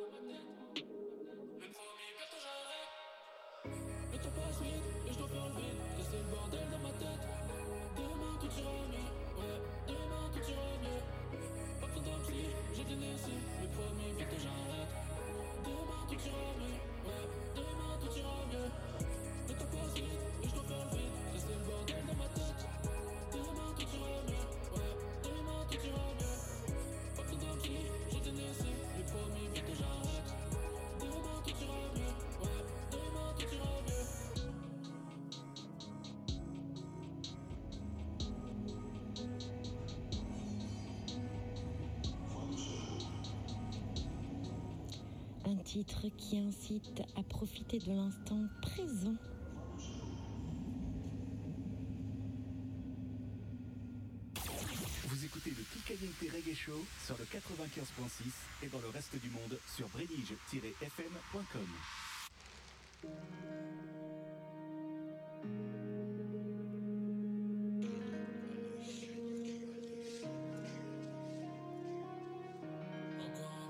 Mais promis, bientôt j'arrête. Le temps passe vite, et je dois faire le vide. Casser le bordel dans ma tête. Demain tout ira mieux, ouais, demain tout ira mieux. Pas besoin d'un psy, j'ai des naissés. Mais promis, vite que j'arrête. Demain tout ira mieux, ouais, demain tout ira mieux. Le temps passe vite, et je dois faire le vide. Casser le bordel dans ma tête. Demain tout ira mieux, ouais, demain tout ira mieux. Pas besoin d'un psy, j'ai des naissés. Mais promis, vite que j'arrête. Demain tout ira mieux, ouais, demain tout ira mieux. Un titre qui incite à profiter de l'instant présent. Vous écoutez le Kikaliente Reggae Show sur le quatre-vingt-quinze virgule six et dans le reste du monde sur brenige tiret f m point com. Encore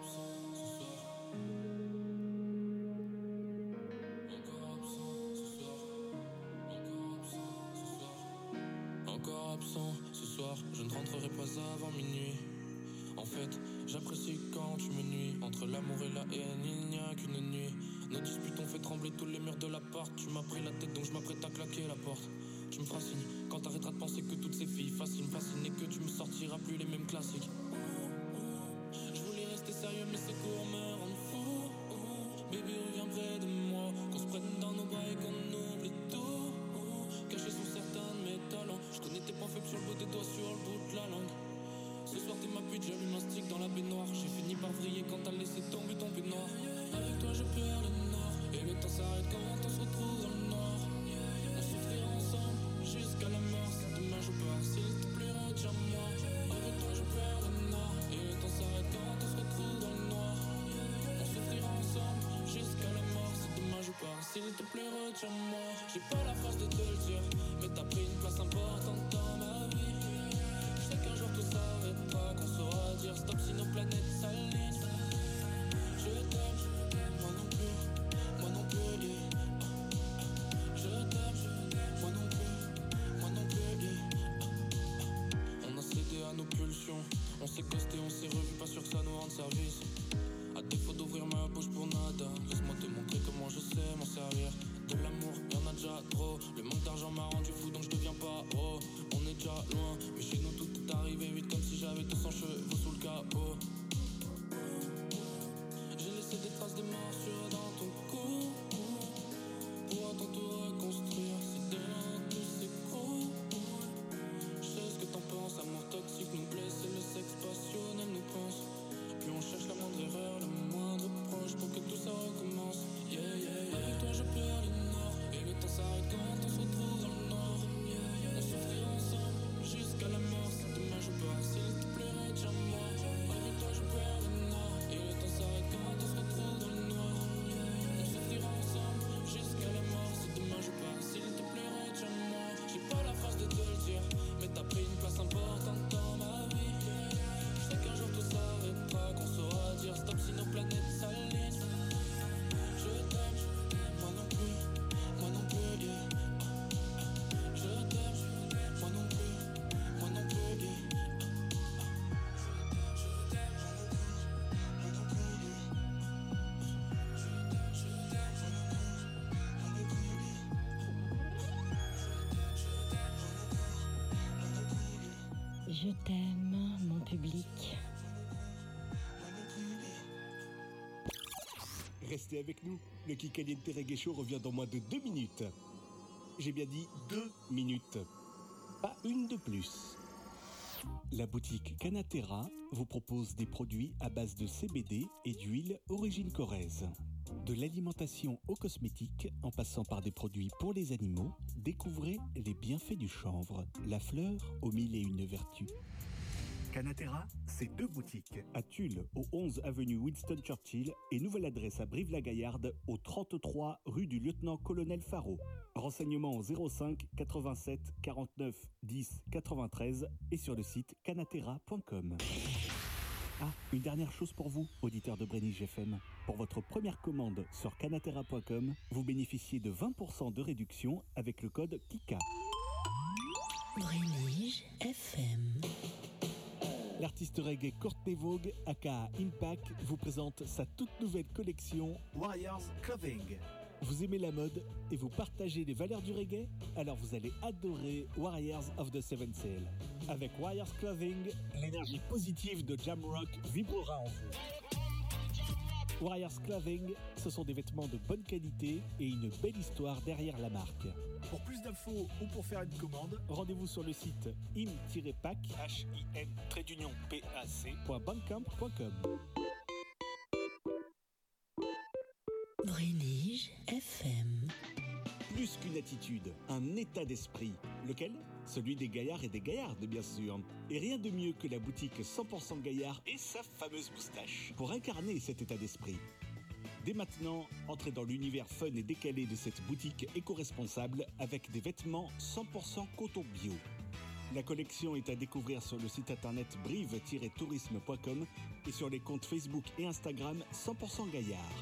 rentrerai pas avant minuit. En fait, j'apprécie quand tu me nuis. Entre l'amour et la haine, il n'y a qu'une nuit. Nos disputes ont fait trembler tous les murs de l'appart. Tu m'as pris la tête donc je m'apprête à claquer la porte. Tu me fascines quand t'arrêteras de penser que toutes ces filles faciles me fascinent et que tu me sortiras plus les mêmes classiques. Je voulais rester sérieux mais ces cours me rendent fou. Baby reviens près de moi, qu'on se prenne dans nos bras et qu'on oublie tout. Caché sous certains de mes talents, je connais tes points faibles sur le bout des doigts, sur le bout de la langue. Ce soir t'es ma pute, j'allume un stick dans la baignoire. J'ai fini par vriller quand t'as laissé tomber ton peignoir. Avec toi je perds le nord, et le temps s'arrête quand on se retrouve dans le noir. On souffrira ensemble jusqu'à la mort. Si demain je pars, s'il te plaît retiens-moi. Avec toi je perds le nord, et le temps s'arrête quand on se retrouve dans le noir. On souffrira ensemble jusqu'à la mort. Si demain je pars, s'il te plaît retiens-moi. J'ai pas la force de te le dire, mais t'as pris une place importante dans ma vie. Je sais qu'un jour tout s'arrêtera, qu'on saura dire stop si nos planètes s'alignent. Je t'aime, moi non plus, moi non plus, yeah. Je t'aime, moi non plus, moi non plus, yeah. On a cédé à nos pulsions, on s'est costé, on s'est revu, pas sûr que ça nous rende service. À défaut d'ouvrir ma bouche pour nada, laisse-moi te montrer comment je sais m'en servir. De l'amour, y'en a déjà trop. Le manque d'argent m'a rendu fou donc je deviens pas oh. On est déjà loin, mais chez nous tout est arrivé vite comme si j'avais deux cents chevaux sous le capot. J'ai laissé des traces de morsures dans ton cou pour attendre tout reconstruire. Si demain tout s'écroule, je sais ce que t'en penses. Amour toxique nous blesse et le sexe passionnel nous pense. Puis on cherche la moindre erreur, le moindre proche pour que tout ça recommence. Yeah, yeah, yeah. Avec toi je perds le nord, et le temps s'arrête quand on se retrouve dans le nord. On souffrira ensemble jusqu'à la mort. Si demain je pars, s'il te plaît retiens-moi. Avec toi je perds le nord, et le temps s'arrête quand on se retrouve dans le noir. On souffrira ensemble jusqu'à la mort. Si demain je pars, s'il te plaît retiens-moi. J'ai pas la force de te le dire, mais t'as pris une place importante dans ma vie. Je sais qu'un jour tout s'arrêtera, qu'on saura dire stop si nos planètes s'alignent. Je t'aime, moi non plus, moi non plus, yeah. Je t'aime, moi non plus, moi non plus, yeah. Je t'aime, moi non plus, moi non plus, yeah. Je t'aime, mon public. Restez avec nous, le Kikaliente Reggae Show revient dans moins de deux minutes. J'ai bien dit deux minutes, pas une de plus. La boutique Canatera vous propose des produits à base de C B D et d'huile origine corrèze. De l'alimentation aux cosmétiques, en passant par des produits pour les animaux, découvrez les bienfaits du chanvre, la fleur aux mille et une vertus. Canatera, c'est deux boutiques. À Tulle, au onze avenue Winston Churchill, et nouvelle adresse à Brive-la-Gaillarde, au trente-trois rue du lieutenant-colonel Faro. Renseignements au zéro cinq quatre-vingt-sept quarante-neuf dix quatre-vingt-treize et sur le site canatera point com. Ah, une dernière chose pour vous, auditeurs de Brenige F M. Pour votre première commande sur canatera point com, vous bénéficiez de vingt pour cent de réduction avec le code KIKA. Brenige F M. L'artiste reggae Courtney Vogue, aka Impact, vous présente sa toute nouvelle collection Warriors Clothing. Vous aimez la mode et vous partagez les valeurs du reggae? Alors vous allez adorer Warriors of the Seven Sail. Avec Warriors Clothing, l'énergie positive de Jamrock vibrera en vous. Warriors Clothing, ce sont des vêtements de bonne qualité et une belle histoire derrière la marque. Pour plus d'infos ou pour faire une commande, rendez-vous sur le site im-pac, H I N trait d'union P A C point bandcamp point com. Brenige F M. Plus qu'une attitude, un état d'esprit. Lequel? Celui des gaillards et des gaillardes, bien sûr. Et rien de mieux que la boutique cent pour cent gaillard et sa fameuse moustache pour incarner cet état d'esprit. Dès maintenant, entrez dans l'univers fun et décalé de cette boutique éco-responsable avec des vêtements cent pour cent coton bio. La collection est à découvrir sur le site internet brive tiret tourisme point com et sur les comptes Facebook et Instagram cent pour cent gaillard.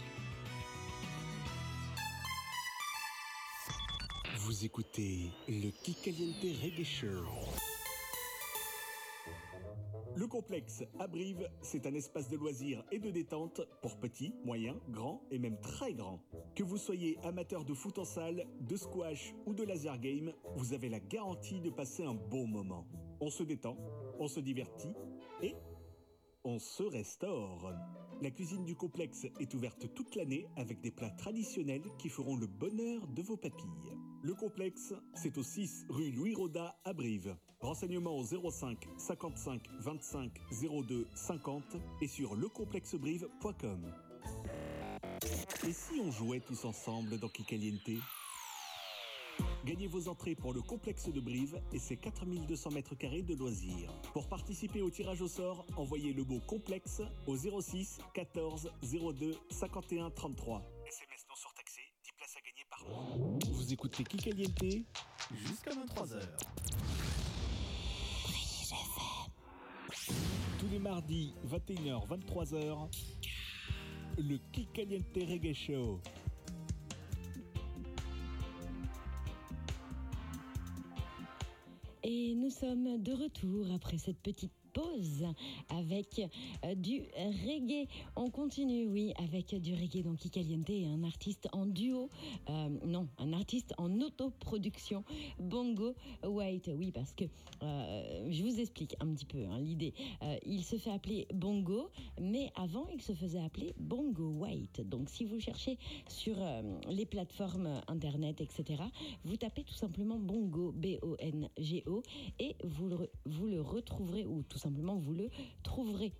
Vous écoutez le Kikaliente Reggae Show. Le complexe à Brive, c'est un espace de loisirs et de détente pour petits, moyens, grands et même très grands. Que vous soyez amateur de foot en salle, de squash ou de laser game, vous avez la garantie de passer un bon moment. On se détend, on se divertit et on se restaure. La cuisine du complexe est ouverte toute l'année avec des plats traditionnels qui feront le bonheur de vos papilles. Le complexe, c'est au six rue Louis Roda à Brive. Renseignements au zéro cinq cinquante-cinq vingt-cinq zéro deux cinquante et sur lecomplexebrive point com. Et si on jouait tous ensemble dans Kikaliente ? Gagnez vos entrées pour le complexe de Brive et ses quatre mille deux cents mètres carrés de loisirs. Pour participer au tirage au sort, envoyez le mot complexe au zéro six quatorze zéro deux cinquante et un trente-trois. S M S non surtaxé, dix places à gagner par mois. Vous écoutez Kikaliente jusqu'à vingt-trois heures. Tous les mardis, vingt et une heures vingt-trois heures, le Kikaliente Reggae Show. Et nous sommes de retour après cette petite pause avec euh, du reggae. On continue, oui, avec du reggae dans Kikaliente et un artiste en duo, euh, non, un artiste en autoproduction, Bongo White. Oui, parce que euh, je vous explique un petit peu hein, l'idée. Euh, il se fait appeler Bongo, mais avant, il se faisait appeler Bongo White. Donc, si vous cherchez sur euh, les plateformes internet, et cetera, vous tapez tout simplement Bongo, B O N G O, et vous le, vous le retrouverez, ou tout simplement vous le trouverez.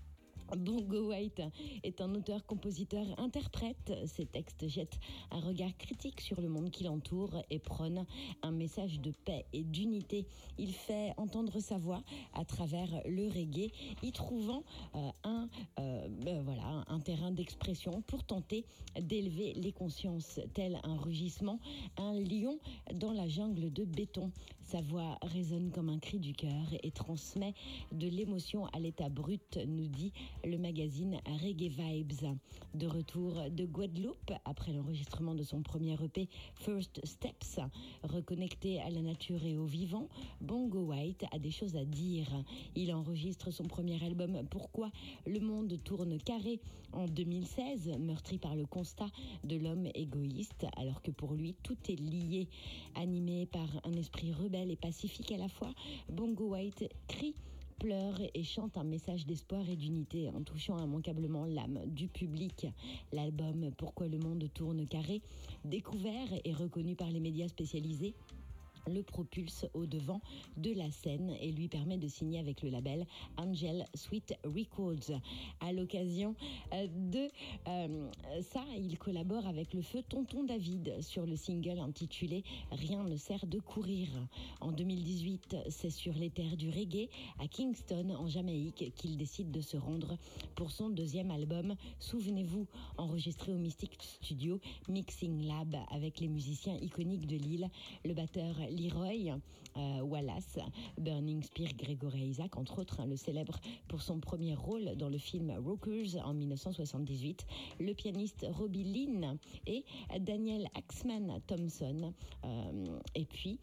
Bongo White est un auteur, compositeur, interprète. Ses textes jettent un regard critique sur le monde qui l'entoure et prône un message de paix et d'unité. Il fait entendre sa voix à travers le reggae, y trouvant euh, un, euh, ben voilà, un terrain d'expression pour tenter d'élever les consciences, tel un rugissement, un lion dans la jungle de béton. Sa voix résonne comme un cri du cœur et transmet de l'émotion à l'état brut, nous dit le magazine Reggae Vibes. De retour de Guadeloupe, après l'enregistrement de son premier E P First Steps, reconnecté à la nature et au vivant, Bongo White a des choses à dire. Il enregistre son premier album Pourquoi le monde tourne carré en deux mille seize, meurtri par le constat de l'homme égoïste, alors que pour lui tout est lié. Animé par un esprit rebelle et pacifique à la fois, Bongo White crie, pleure et chante un message d'espoir et d'unité en touchant immanquablement l'âme du public. L'album Pourquoi le monde tourne carré, découvert et reconnu par les médias spécialisés, le propulse au devant de la scène et lui permet de signer avec le label Angel Sweet Records. À l'occasion de euh, ça, il collabore avec le feu Tonton David sur le single intitulé Rien ne sert de courir. En deux mille dix-huit, c'est sur les terres du reggae à Kingston, en Jamaïque, qu'il décide de se rendre pour son deuxième album, Souvenez-vous, enregistré au Mystic Studio Mixing Lab avec les musiciens iconiques de l'île, le batteur Leroy euh, Wallace, Burning Spear, Gregory Isaac, entre autres, hein, le célèbre pour son premier rôle dans le film Rockers en dix-neuf cent soixante-dix-huit, le pianiste Robbie Lynn et Daniel Axman Thompson, euh, et puis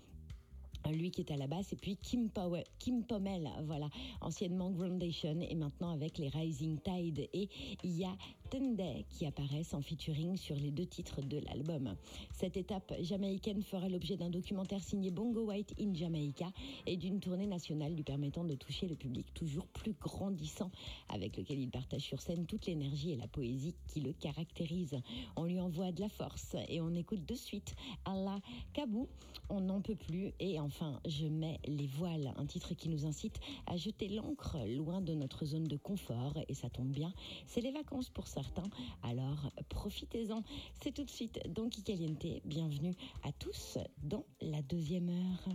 lui qui est à la basse, et puis Kim, Powell, Kim Pommel, voilà, anciennement Groundation, et maintenant avec les Rising Tide, et il y a Tunde qui apparaissent en featuring sur les deux titres de l'album. Cette étape jamaïcaine fera l'objet d'un documentaire signé Bongo White in Jamaica et d'une tournée nationale lui permettant de toucher le public toujours plus grandissant, avec lequel il partage sur scène toute l'énergie et la poésie qui le caractérise. On lui envoie de la force et on écoute de suite Allah Kabou, on n'en peut plus, et enfin Je mets les voiles, un titre qui nous incite à jeter l'ancre loin de notre zone de confort, et ça tombe bien, c'est les vacances pour certains, alors profitez-en. C'est tout de suite dans Kikaliente. Bienvenue à tous dans la deuxième heure.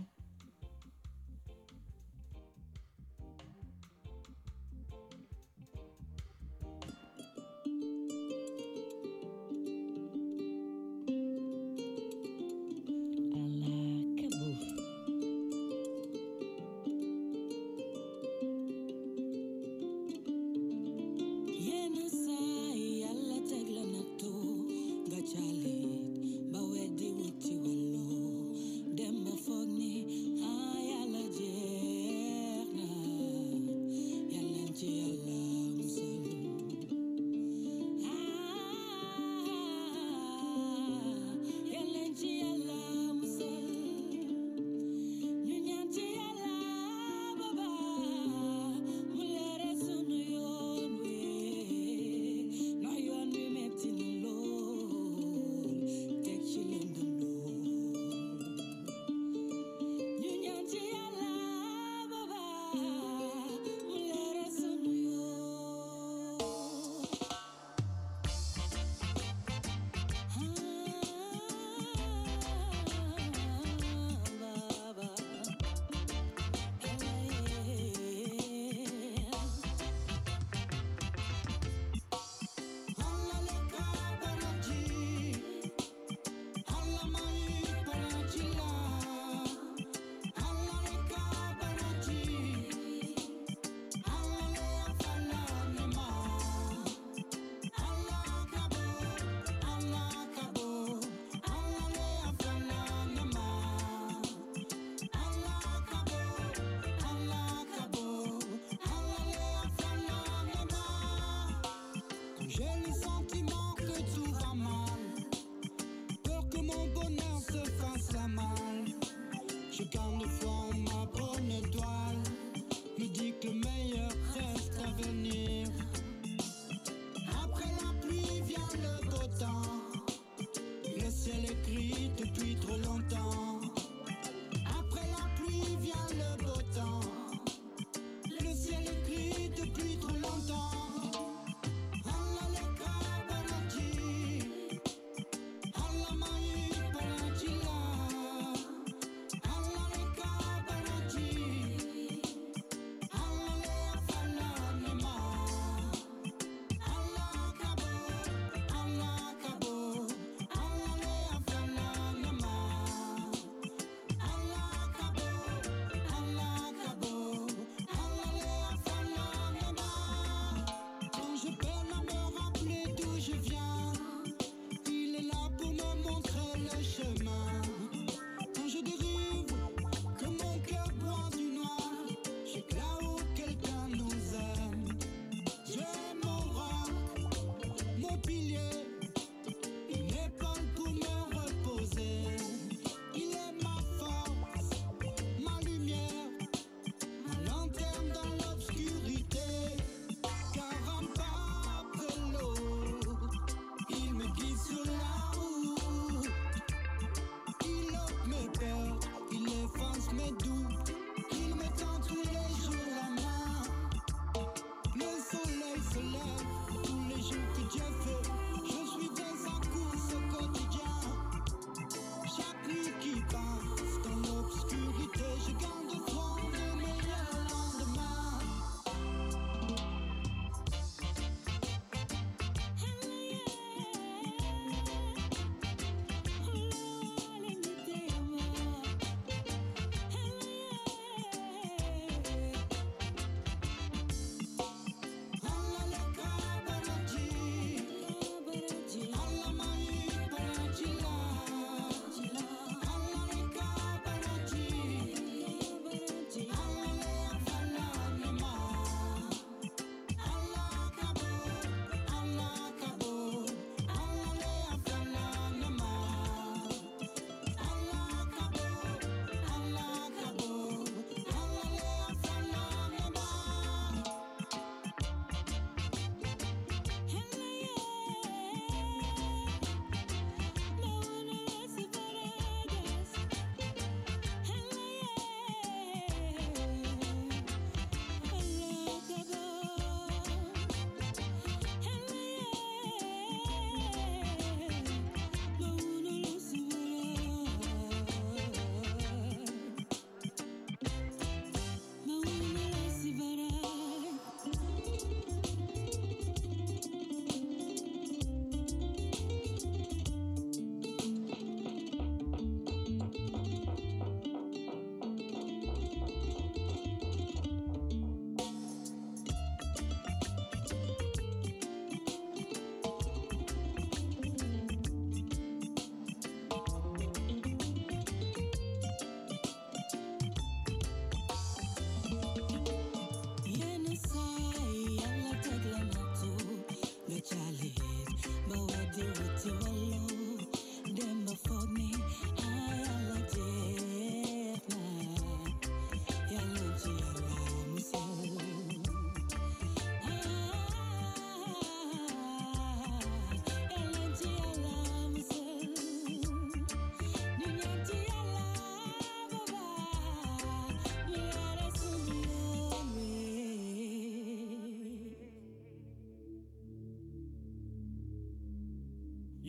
Chalit, ba wedi wuti wallo, dem ba fogni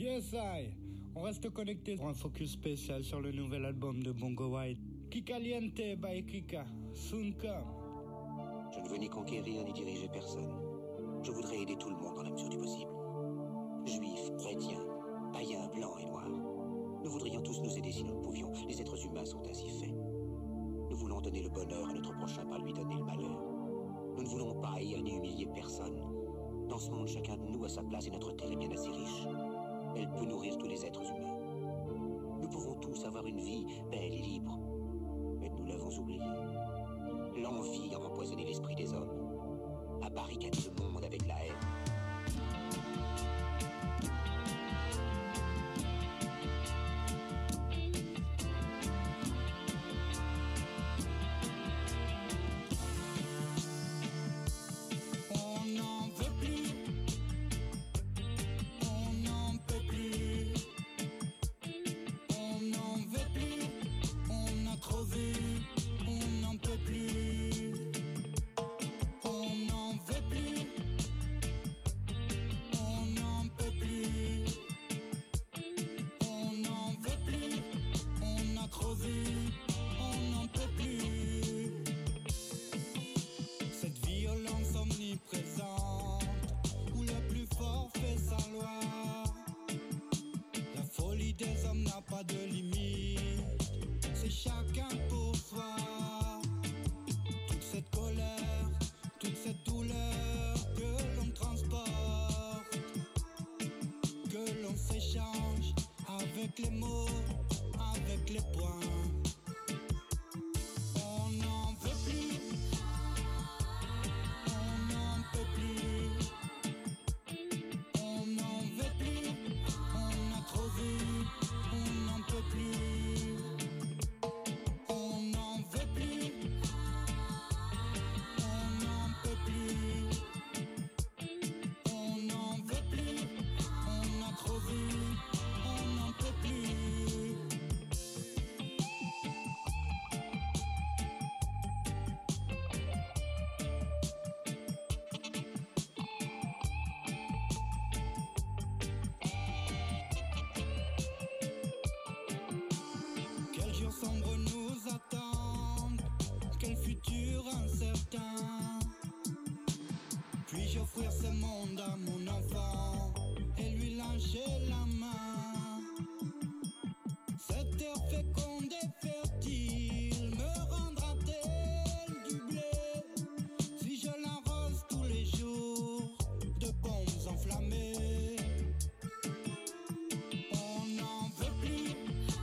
Yes, I. On reste connecté pour un focus spécial sur le nouvel album de Bongo White. Kikaliente by Kika. Soon come. Je ne veux ni conquérir ni diriger personne. Je voudrais aider tout le monde dans la mesure du possible. Juifs, chrétiens, païens, blancs et noirs. Nous voudrions tous nous aider si nous le pouvions. Les êtres humains sont ainsi faits. Nous voulons donner le bonheur à notre prochain par lui donner le malheur. Nous ne voulons pas haïr ni humilier personne. Dans ce monde, chacun de nous a sa place et notre terre est bien assez riche. Elle peut nourrir tous les êtres humains. Nous pouvons tous avoir une vie belle et libre. Mais nous l'avons oublié. L'envie a empoisonné l'esprit des hommes, a barricadé le monde avec la haine. Sombre nous attendent, quel futur incertain. Puis-je offrir ce monde à mon enfant et lui lâcher la main? Cette terre féconde et fertile me rendra-t-elle du blé si je l'arrose tous les jours de bombes enflammées? On n'en veut plus.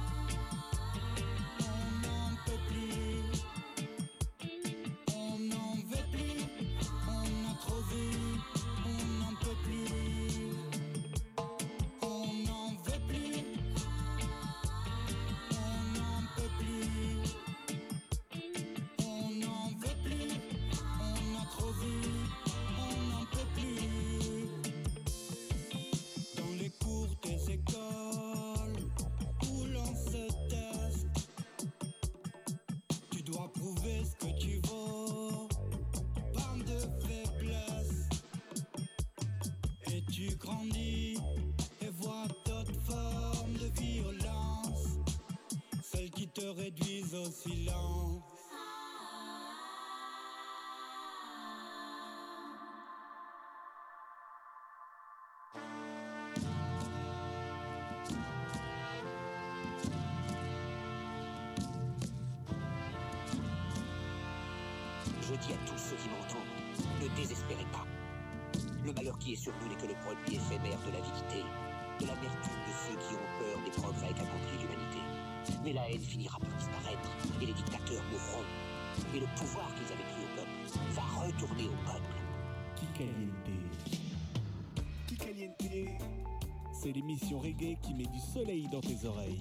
Je dis à tous ceux qui m'entendent, ne désespérez pas. Le malheur qui est sur nous n'est que le produit éphémère de l'avidité, de l'amertume de ceux qui ont peur des progrès qu'accomplit l'humanité. Mais la haine finira par disparaître, et les dictateurs mourront. Et le pouvoir qu'ils avaient pris au peuple va retourner au peuple. Kikaliente. Kikaliente, c'est l'émission reggae qui met du soleil dans tes oreilles.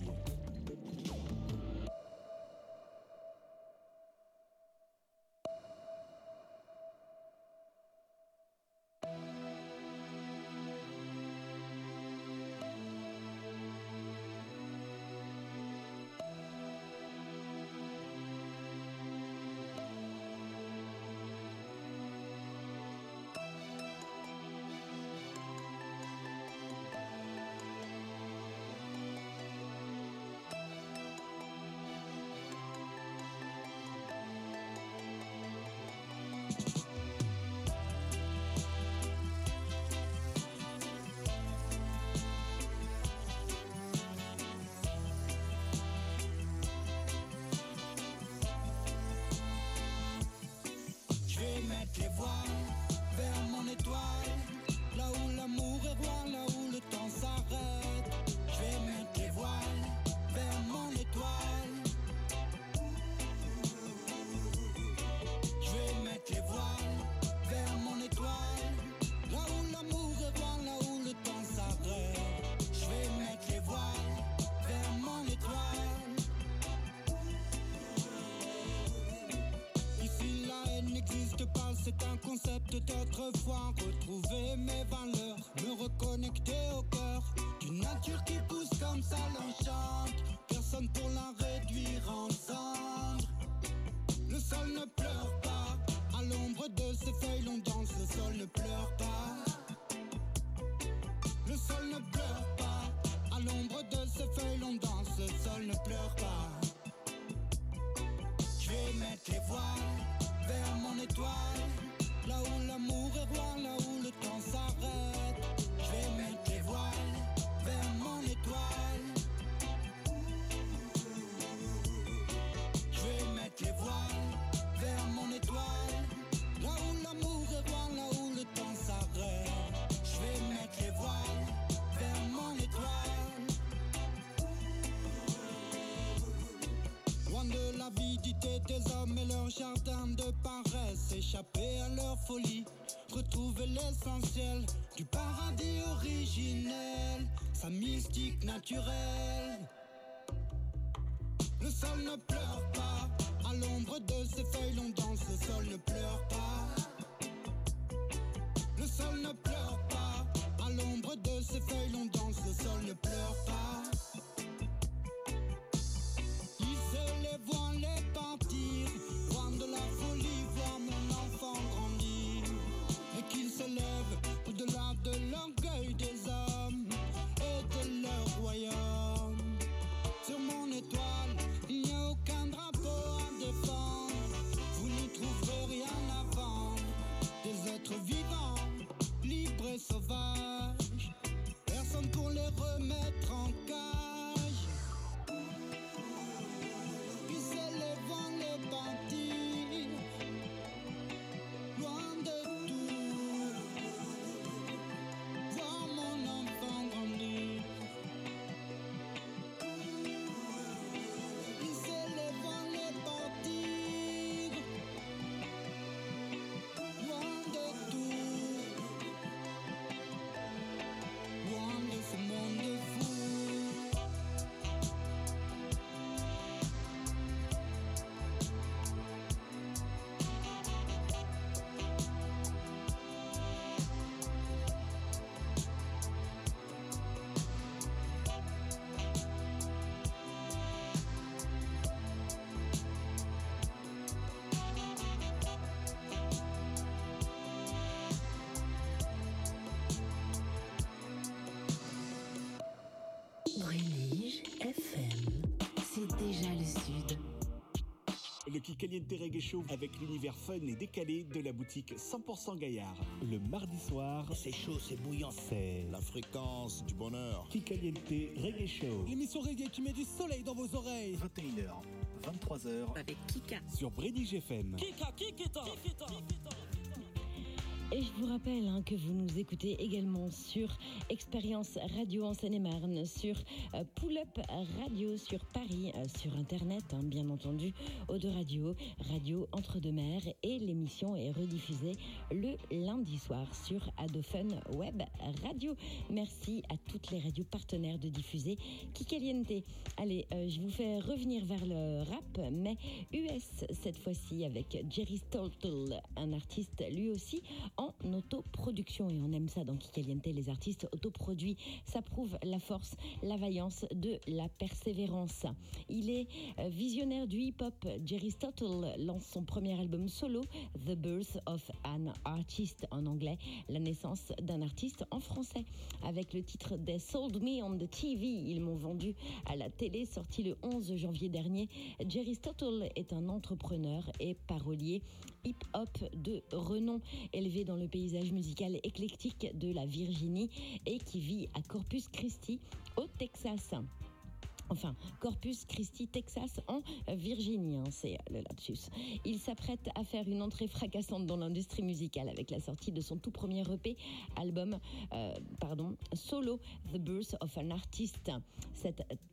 peut-être autrefois retrouver mes valeurs, me reconnecter au cœur d'une nature qui pousse comme ça l'enchante. Personne pour la réduire en cendres. Le sol ne pleure pas, à l'ombre de ses feuilles l'on danse. Le sol ne pleure pas. Le sol ne pleure pas, à l'ombre de ses feuilles l'on danse. Le sol ne pleure pas. Je vais mettre les voiles vers mon étoile, là où l'amour est roi, là où le temps s'arrête. Je vais mettre les voiles vers mon étoile. Je vais mettre les voiles vers mon étoile, là où l'amour est roi, là où le temps s'arrête. Je vais mettre les voiles vers mon étoile. Loin de l'avidité des hommes et leur jardin de paresse, échapper à leur folie, retrouver l'essentiel du paradis originel, sa mystique naturelle. Le sol ne pleure pas, à l'ombre de ses feuilles l'on danse. Le sol ne pleure pas. Le sol ne pleure pas, à l'ombre de ses feuilles l'on danse. Le sol ne pleure pas. Lisser les voiles et partir, loin de la folie, voir mon enfant grandir, et qu'il s'élève au-delà de l'orgueil des hommes et de leur royaume. Sur mon étoile, il n'y a aucun drapeau à défendre. Vous n'y trouverez rien à vendre. Des êtres vivants, libres et sauvages. Personne pour les remettre en cage. Puis s'élèvant les bandits, loin de tout. Voir mon enfant grandir. Puis s'élèvant les bandits, loin de tout. Loin de ce monde fou. Brénige F M, c'est déjà le Sud. Le Kikaliente Reggae Show avec l'univers fun et décalé de la boutique cent pour cent Gaillard. Le mardi soir, C'est chaud, c'est bouillant. c'est La fréquence du bonheur. Kikaliente Reggae Show L'émission reggae qui met du soleil dans vos oreilles. vingt et une heures, vingt-trois heures. Avec Kika. sur Brénige F M. Kika, Kikita. Kikita. Et je vous rappelle hein, que vous nous écoutez également sur Expérience Radio en Seine-et-Marne, sur euh, Pull Up Radio sur Paris, euh, sur Internet, hein, bien entendu, Eau de Radio, Radio Entre-deux-Mers, et l'émission est rediffusée le lundi soir sur Adofun Web Radio. Merci à toutes les radios partenaires de diffuser Kikaliente. Allez, euh, je vous fais revenir vers le rap, mais U S cette fois-ci avec Jerry Stoltle, un artiste lui aussi en autoproduction, et on aime ça dans Kikaliente, les artistes autoproduits. Ça prouve la force, la vaillance de la persévérance. Il est euh, visionnaire du hip-hop. Jerry Stoltle lance son premier album solo, The Birth of an Artist en anglais, la naissance d'un artiste en français, avec le titre They Sold Me on the T V, ils m'ont vendu à la télé, sorti le onze janvier dernier. Jerry Stoltle est un entrepreneur et parolier hip-hop de renom, élevé dans le paysage musical éclectique de la Virginie et qui vit à Corpus Christi, au Texas. Enfin, Corpus Christi, Texas, en Virginie, hein, c'est le lapsus. Il s'apprête à faire une entrée fracassante dans l'industrie musicale avec la sortie de son tout premier E P, album, euh, pardon, solo, The Birth of an Artist. Cette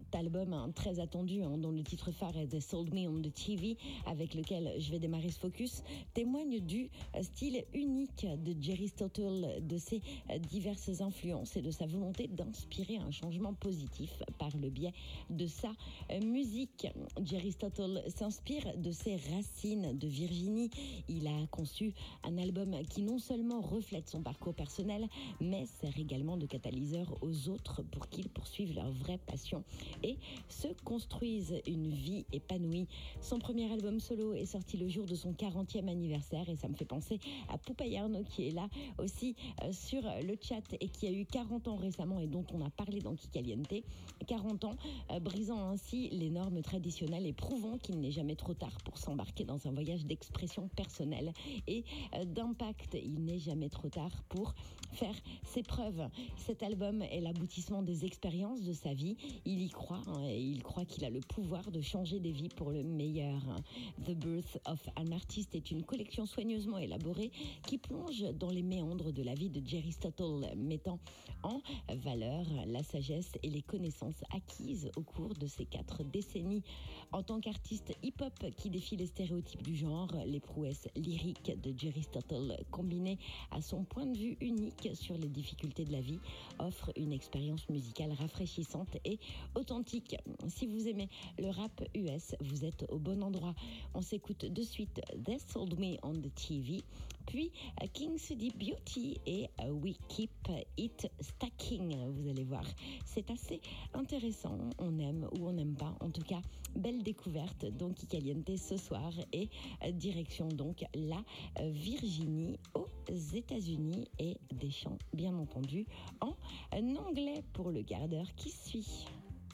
album hein, très attendu, hein, dont le titre phare est They Sold Me on the T V, avec lequel je vais démarrer ce focus, témoigne du style unique de Jerry Stottle, de ses diverses influences et de sa volonté d'inspirer un changement positif par le biais de sa musique. Jerry Stottle s'inspire de ses racines de Virginie. Il a conçu un album qui non seulement reflète son parcours personnel, mais sert également de catalyseur aux autres pour qu'ils poursuivent leur vraie passion et se construisent une vie épanouie. Son premier album solo est sorti le jour de son quarantième anniversaire et ça me fait penser à Poupayarno qui est là aussi euh, sur le chat et qui a eu quarante ans récemment et dont on a parlé dans Kikaliente. quarante ans, euh, brisant ainsi les normes traditionnelles et prouvant qu'il n'est jamais trop tard pour s'embarquer dans un voyage d'expression personnelle et euh, d'impact. Il n'est jamais trop tard pour faire ses preuves. Cet album est l'aboutissement des expériences de sa vie. Il y croit hein, et il croit qu'il a le pouvoir de changer des vies pour le meilleur. The Birth of an Artist est une collection soigneusement élaborée qui plonge dans les méandres de la vie de Jerry Stottle, mettant en valeur la sagesse et les connaissances acquises au cours de ces quatre décennies. En tant qu'artiste hip-hop qui défie les stéréotypes du genre, les prouesses lyriques de Jerry Stottle, combinées à son point de vue unique sur les difficultés de la vie, offrent une expérience musicale rafraîchissante et authentique. Si vous aimez le rap U S, vous êtes au bon endroit. On s'écoute de suite They Sold Me on the T V, puis King Cudi Beauty et We Keep It Stacking. Vous allez voir, c'est assez intéressant. On aime ou on n'aime pas. En tout cas, belle découverte dans Kikaliente ce soir et direction donc la Virginie aux États-Unis et des chants bien entendu en anglais pour le quart d'heure qui suit.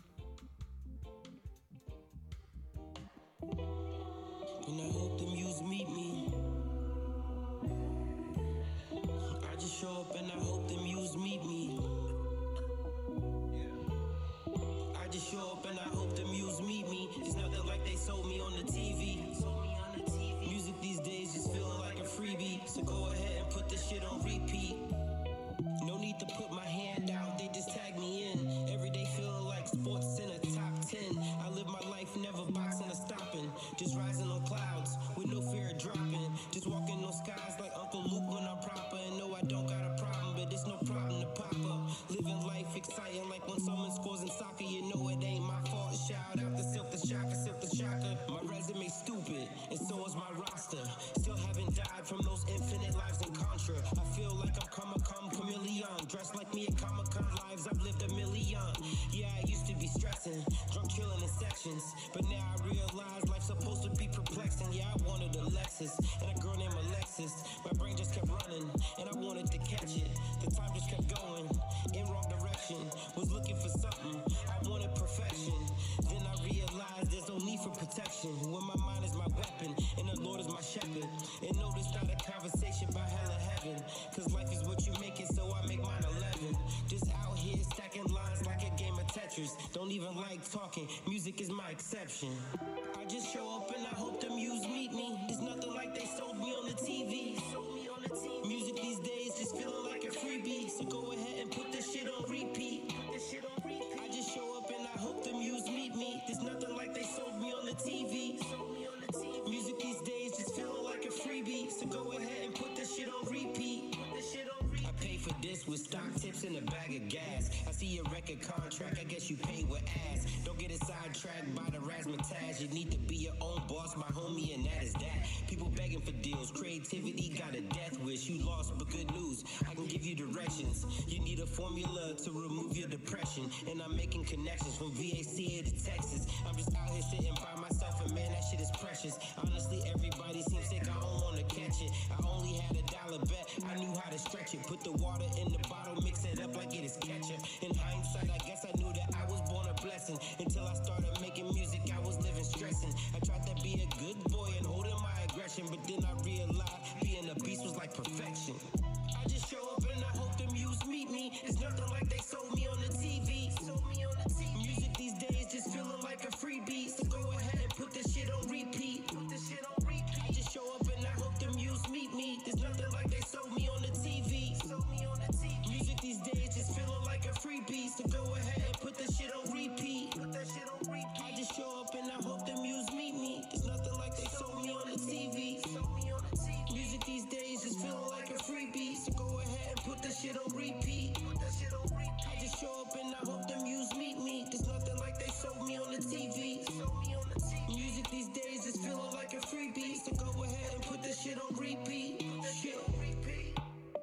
And I hope the muse meet me. I just show up and I hope the muse meet me. I just show up and I hope the muse meet me. It's nothing like they sold me on the T V. Music these days just feeling like a freebie. So go ahead and put this shit on repeat. No need to put my hand out, they just tag me in. Every day feeling like sports in a top ten. I live my life never boxing or stopping. Just rising on clouds with no fear of dropping. Just walking on skies like Uncle Luke when I'm proper. And no, I don't got a problem, but it's no problem to pop up. Living life exciting like when someone scores in soccer. You know it ain't my fault. Shout out to Silk the Shocker, Silk the Shocker. My resume stupid, and so is my roster. Still haven't died from those infinite lives in Contra. I feel like I'm Comic-Con chameleon. Dressed like me at Comic-Con lives, I've lived a million. Yeah, I used to be stressing, drunk chilling in sections. But now I realize life's supposed to be perplexing. Yeah, I wanted a Lexus, and a girl named Alexis. My brain just kept running, and I wanted to catch it. The time just kept going, in wrong direction. Was looking for something, I wanted perfection. Then I realized there's no need for protection. When my mind is my weapon, and the Lord is my shepherd. And no, this not a conversation about hell and heaven. Cause life is what you make it, so I make mine eleven. Just out here stacking lines like a game of Tetris. Don't even like talking, music is my exception. I just show up and I hope the muse meet me. It's nothing like they sold me on the T V. Music these days just feeling like a freebie. So go ahead and put this shit on repeat. I just show up and I hope the muse meet me. There's nothing like they sold me on the T V. Music these days just feeling like a freebie. So go ahead and put this shit on repeat. I pay for this with stock tips and a bag of gas. I see your record contract, I guess you pay with ass. Don't get it sidetracked by the razzmatazz. You need to be your own boss, my homie, and that is that. People begging for deals, creativity got a death wish. You lost, but good news, I can give you directions. You need a formula to remove your depression. And I'm making connections from V A C A to Texas. I'm just out here sitting by myself, and man, that shit is precious. Honestly, everybody seems sick, I don't wanna catch it. I only had a dollar bet, I knew how to stretch it. Put the water in the bottle, mix it up like it is ketchup. In hindsight, I guess I knew that I was born a blessing. Until I started making music, I was living stressing. I tried to be a good boy and holding my aggression, but then I realized being a beast was like perfection. I just show up and I hope the muse meet me. It's nothing like they sold me on the T V. Music these days just feeling like a freebie. So go ahead and put this shit on repeat. I just show up and I hope the muse meet me. There's nothing like they sold me on the T V. Music these days just feeling like a freebie. So go ahead shit on repeat. Put that shit on repeat. I just show up and I hope the muse meet me. There's nothing like they sold me on the T V. Sold me on the T V. Music these days is feeling like a freebie. So go ahead and put that shit on repeat. Put that shit on repeat.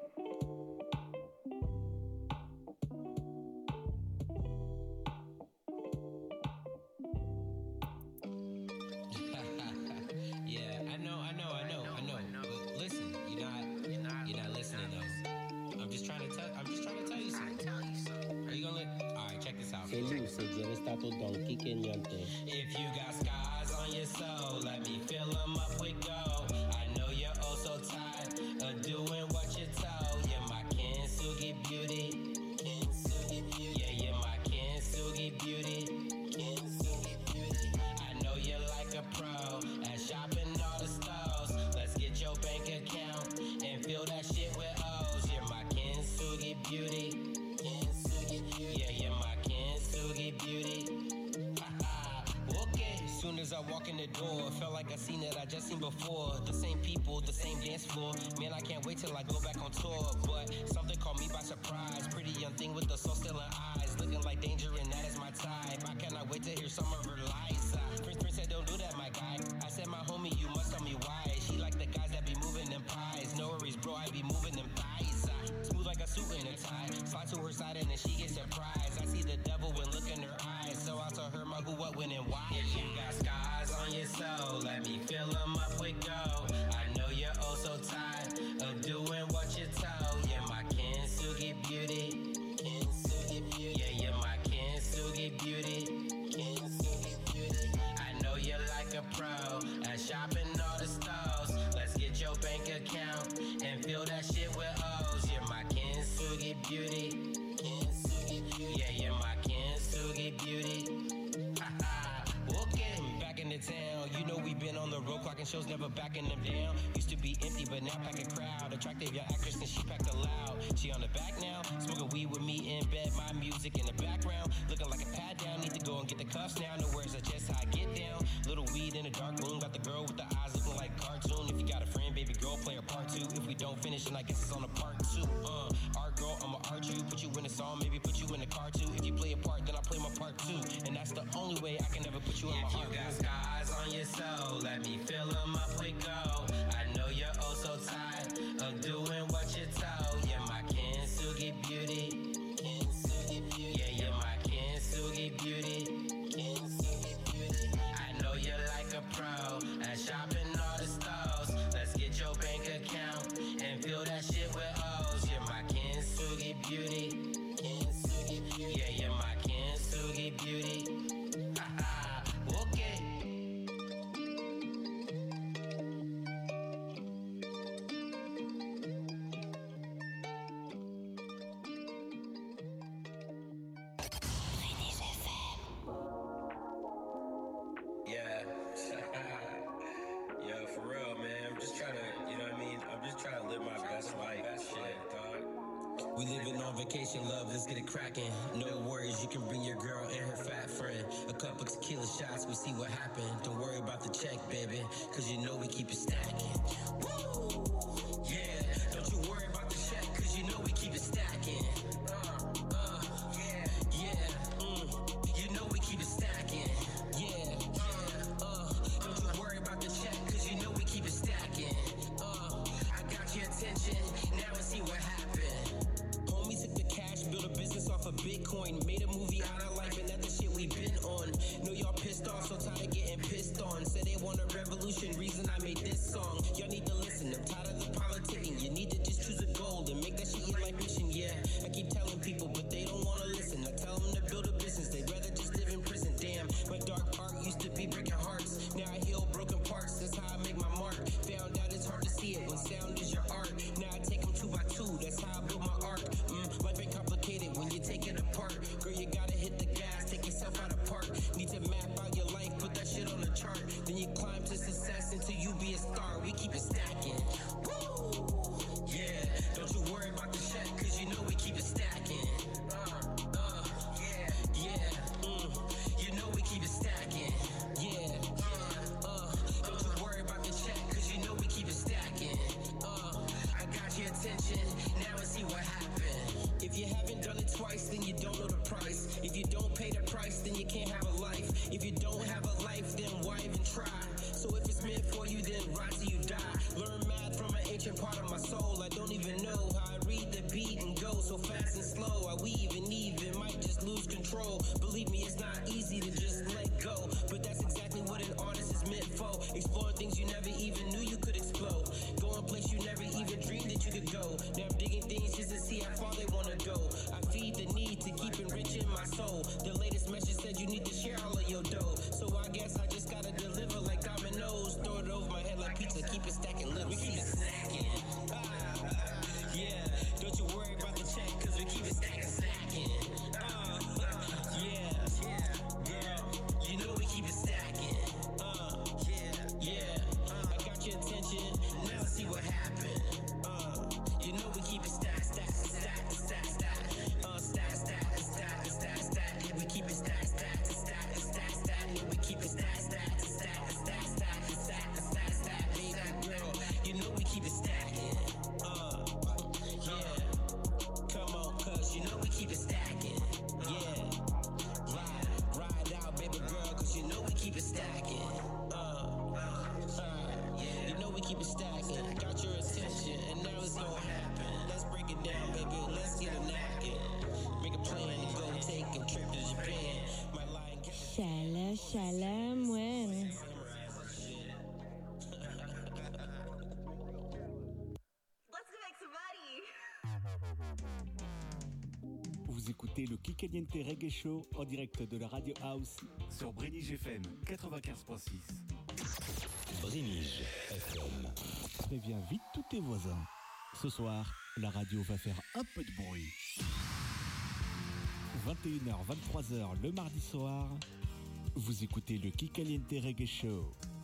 Yeah, I know, I know, I know, I know. But listen, you're not, you're not, you're not listening though. I'm just trying to tell, I'm just trying to tell you something. Are you gonna let? All right, check this out. C'est lui, c'est Jerry Stato dans Kike Nyante. If you got scars on your soul, let me fill them up with gold. I know you're oh so tired of doing what you're told. You're my Kintsugi beauty. Kintsugi beauty. Yeah, you're my Kintsugi beauty. Kintsugi beauty. I know you're like a pro at shopping all the stores. Let's get your bank account and fill that shit with O's. You're my Kintsugi beauty. Kintsugi beauty. Yeah, you're my Kintsugi beauty. Okay. Soon as I walk in the door, felt like I seen it I just seen before. The same people, the same dance floor. Man, I can't wait till I go back on tour. But something caught me by surprise. Pretty young thing with the soul still in eyes, looking like danger, and that is my type. I cannot wait to hear some of her lies. Uh, Prince Prince said, don't do that, my guy. I said, my homie, you must tell me why. She like the guys that be moving them pies. No worries, bro, I be moving them thighs. Uh, smooth like a suit in a tie. Slide to her side and then she gets surprised. I see the devil when look in her eyes. So I tell her my who, what, when, and why. If you got scars on your soul, let me fill them up with gold. I know you're oh so tired of doing what you're told. You're my Kintsugi beauty. Kintsugi beauty. Yeah, you're my Kintsugi beauty. Kintsugi beauty. I know you're like a pro at shopping all the stores. Let's get your bank account and fill that shit with O's. You're my Kintsugi beauty. Kintsugi beauty. Yeah, you're my Kintsugi beauty. Okay, back in the town. You know we been on the road, clocking shows, never backing them down. Used to be empty, but now pack a crowd. Attractive young actress, and she packed a loud. She on the back now, smoking weed with me in bed. My music in the background, looking like a pat down. Need to go and get the cuffs now. No worries, that's just how I get down. Little weed in a dark room, got the girl with the eyes looking like cartoon. If you got a friend, baby girl, play a part two. If we don't finish, then I guess it's on a part two. Uh, art girl, I'ma art you, put you in a song, maybe put you in a car too. If you play a part, then I play my part too. And that's the only way I can ever put you in my heart. If you got scars on your soul, let me fill them up with gold. I know you're oh so tired of doing what you're told. You're my Kintsugi beauty. Kintsugi beauty. Yeah, you're my Kintsugi beauty. Kintsugi beauty. I know you're like a pro at shopping all the stores. Let's get your bank account and fill that shit with O's. You're my Kintsugi beauty. Kintsugi beauty. Yeah, you're my Kintsugi beauty. Okay. Yeah. Yo, for real, man. I'm just trying to, you know what I mean? I'm just trying to live my best life. Shit, dog. We living on vacation, love, let's get it cracking. No worries, you can bring your girl and her fat friend. A couple tequila shots, we see what happened. Don't worry about the check, baby, cause you know we keep it stacking. Woo! Yeah, don't you worry about the check, cause you know we keep it stacking. Uh, uh, yeah, yeah, mm, you know we keep it stacking. Yeah, yeah, uh, don't you worry about the check, cause you know we keep it stacking. Uh, I got your attention, now let's see what happened. Homies took the cash, built a business off of Bitcoin, made a movie out of life, and that's the shit we been on. Know y'all pissed off, so tired of getting pissed on. Said they want a revolution, reason I made this song. Y'all need to listen, I'm tired of the price. If you don't pay the price, then you can't have a life. If you don't have a life, then why even try? So if it's meant for you, then ride till you die. Learn math from an ancient part of my soul. I don't even know how I read the beat and go so fast and slow. I weave and even might just lose control. Believe me, it's not easy to just let go, but that's exactly what an artist is meant for. Explore things you never even knew you could explode. Go a place you never even dreamed that you could go. Now I'm digging things just to see how far they wanna go. I feed the need to keep enriching my soul. The latest message said you need to share all of your dough. So I guess I just gotta deliver like dominoes. Throw it over my head like pizza, keep it stacking little. We keep it stacking. Ah, yeah, don't you worry about the check, cause we keep it stacking, stacking. Uh, yeah, girl, you know we keep it stacking. Uh, yeah, yeah, I got your attention, now see what happened. Uh, you know we keep it stack, stack, stack, stack, stack. Uh, stack, stack, stack, stack, stack. Yeah, we keep it stack, stack, stack, stack, stack. Yeah, we keep it stack, stack, stack, stack, stack, stack, stack, stack. Baby girl, you know we keep it stacking. Uh, yeah, come on, cause you know we keep it stacking. Yeah, ride, ride out, baby girl, cause you know we keep it stacking. Uh, uh, you know we keep it stacking. Got your attention, and now it's gonna happen. Let's break it down, baby. Let's get a napkin. Make a plan to go take a trip to Japan. My line. Shala, shalom, ouais. Vous écoutez le Kikaliente Reggae Show en direct de la Radio House sur Brenige F M quatre-vingt-quinze point six. Brenige F M. Préviens vite tous tes voisins. Ce soir, la radio va faire un peu de bruit. vingt et une heures, vingt-trois heures le mardi soir, vous écoutez le Kikaliente Reggae Show.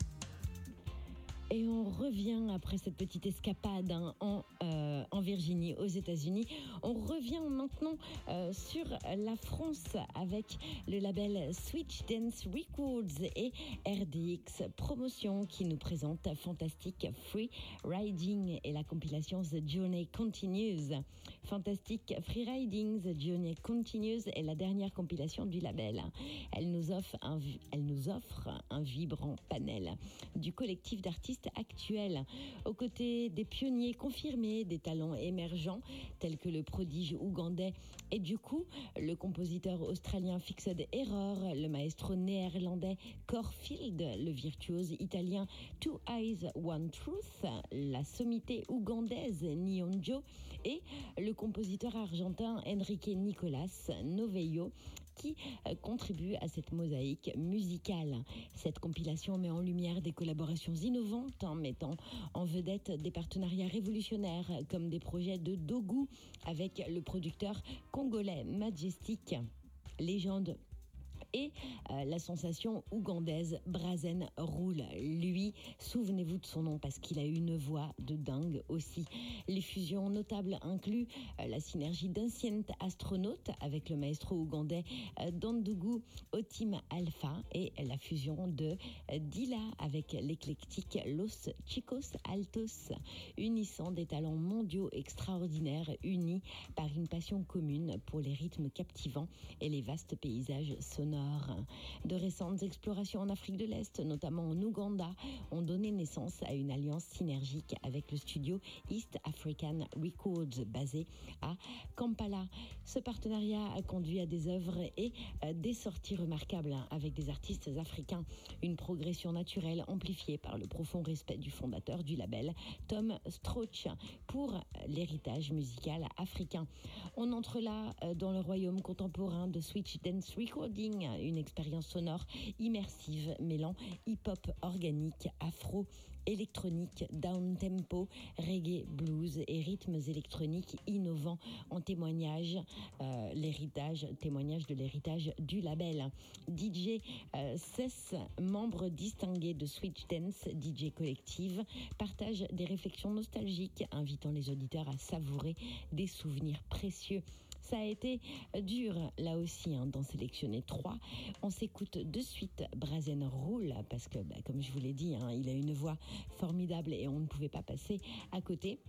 Et on revient après cette petite escapade hein, en, euh, en Virginie, aux États-Unis. On revient maintenant euh, sur la France avec le label Switch Dance Records et R D X Promotion qui nous présente Fantastic Free Riding et la compilation The Journey Continues. Fantastic Free Riding, The Journey Continues est la dernière compilation du label. Elle nous offre un, elle nous offre un vibrant panel du collectif d'artistes actuels, aux côtés des pionniers confirmés, des talents émergents tels que le prodige ougandais et du coup le compositeur australien Fixed Error, le maestro néerlandais Corfield, le virtuose italien Two Eyes One Truth, la sommité ougandaise Nyonjo et le compositeur argentin Enrique Nicolas Novello qui contribue à cette mosaïque musicale. Cette compilation met en lumière des collaborations innovantes en mettant en vedette des partenariats révolutionnaires comme des projets de Dogu avec le producteur congolais Majestic, légende, et euh, la sensation ougandaise Brazen Rule. Lui, souvenez-vous de son nom parce qu'il a une voix de dingue aussi. Les fusions notables incluent euh, la synergie d'Ancient Astronaut avec le maestro ougandais euh, Dandugu Otim Alpha et la fusion de euh, Dila avec l'éclectique Los Chicos Altos, unissant des talents mondiaux extraordinaires unis par une passion commune pour les rythmes captivants et les vastes paysages sonores. De récentes explorations en Afrique de l'Est, notamment en Ouganda, ont donné naissance à une alliance synergique avec le studio East African Records basé à Kampala. Ce partenariat a conduit à des œuvres et des sorties remarquables avec des artistes africains. Une progression naturelle amplifiée par le profond respect du fondateur du label, Tom Strauch, pour l'héritage musical africain. On entre là dans le royaume contemporain de Switch Dance Recording, une expérience sonore immersive mêlant hip-hop organique, afro, électronique, down-tempo, reggae, blues et rythmes électroniques innovants en témoignage, euh, l'héritage, témoignage de l'héritage du label. D J euh, Cess, membre distingué de Switch Dance, D J Collective, partage des réflexions nostalgiques, invitant les auditeurs à savourer des souvenirs précieux. Ça a été dur, là aussi, hein, d'en sélectionner trois. On s'écoute de suite Brazen Rule, parce que, bah, comme je vous l'ai dit, hein, il a une voix formidable et on ne pouvait pas passer à côté.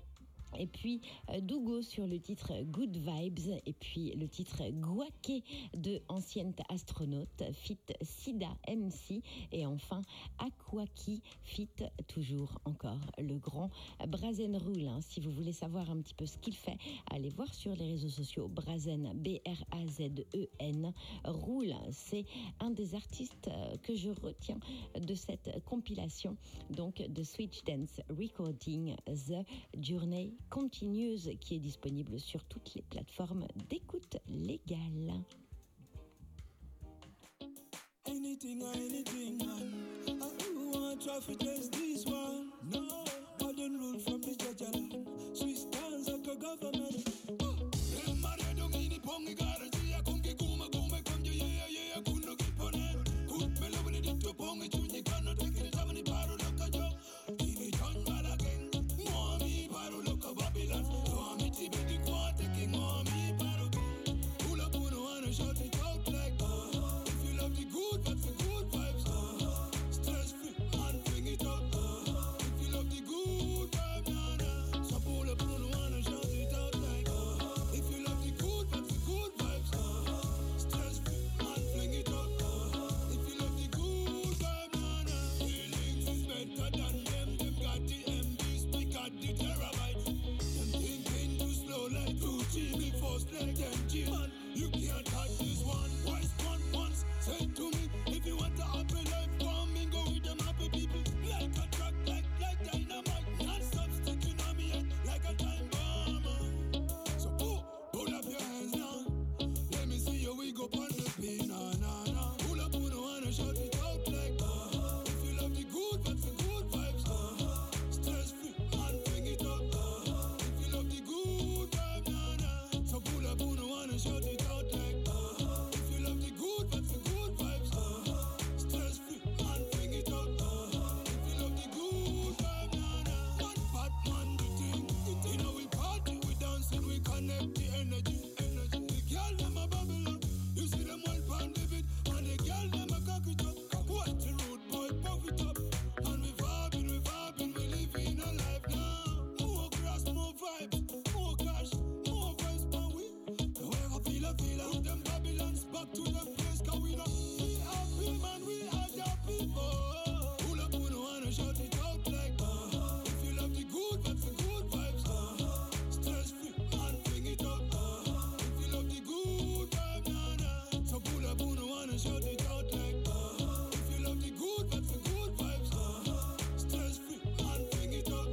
Et puis euh, Dougo sur le titre Good Vibes. Et puis le titre Guaké de Ancienne Astronaute, fit Sida M C. Et enfin Aquaki, fit toujours encore le grand Brazen Rule. Hein. Si vous voulez savoir un petit peu ce qu'il fait, allez voir sur les réseaux sociaux. Brazen, B R A Z E N. Rule, c'est un des artistes que je retiens de cette compilation, donc de Switch Dance Recording, The Journey Continues, qui est disponible sur toutes les plateformes d'écoute légale. Anything or anything, man. I want to try just this one. No, modern rule from the judge alone. Swiss dance like a government. Remare domini pongi garanti a conchi kuma come quando yeah yeah kunno che pone. Kut me lo veni ditto pongi chuni kanno take it tamani paro lokajo. Ini John Malagen. Mommy paro loka Babylon. Mommy tibe di kwa taking mommy paro. Pull up on one and shot it out like. If you love the good, that's the good vibes. Stress free and bring it up. If you love the good vibe, nah nah. So pull up on one and shout it out like. If you love the good, that's the good vibes. Stress free and bring it up. If you love the good vibe, nah nah. Feelings is better than them. Them got the M Bs, we got the terabytes. Them thinking too slow like two G B first like them G. Man, you can't touch this one. Voice one once, say to me. If you want a happy life, come and go with them happy people. Like a truck, like like dynamite. Not stop sticking on me head like a time bomb. So pull, pull up your hands now. Let me see you, we go on the beat. Nah, nah, nah. Pull up on the one and shout it out like. If you love the good, that's the good vibes. Stress free and bring it up. If you love the good vibe, nah, nah. So pull up on the one and shout it out like. If you love the good, that's the good vibes. Stress free and bring it up. If you love the good vibe, nah, nah. One bad man, the thing. You know we party, we dance and we connect the energy. Energy. The girl them a Babylon. You see them all pan the beat. And the girl them a cock it up. Watch the road boy puff it up. And we vibing, we vibing, we living a life now. More grass, more vibes, more cash, more vibes, but we. Where I feel, I feel, I them Babylons back to them place. Cause we don't, we happy man, we are the people. Pull up on the one and shout it out like. If you love the good, that's the good vibes. Stress free and bring it up. If you love the good vibe, nah nah. So pull up on the one and shout it out like. If you love the good, that's the good vibes. Stress free and bring it up.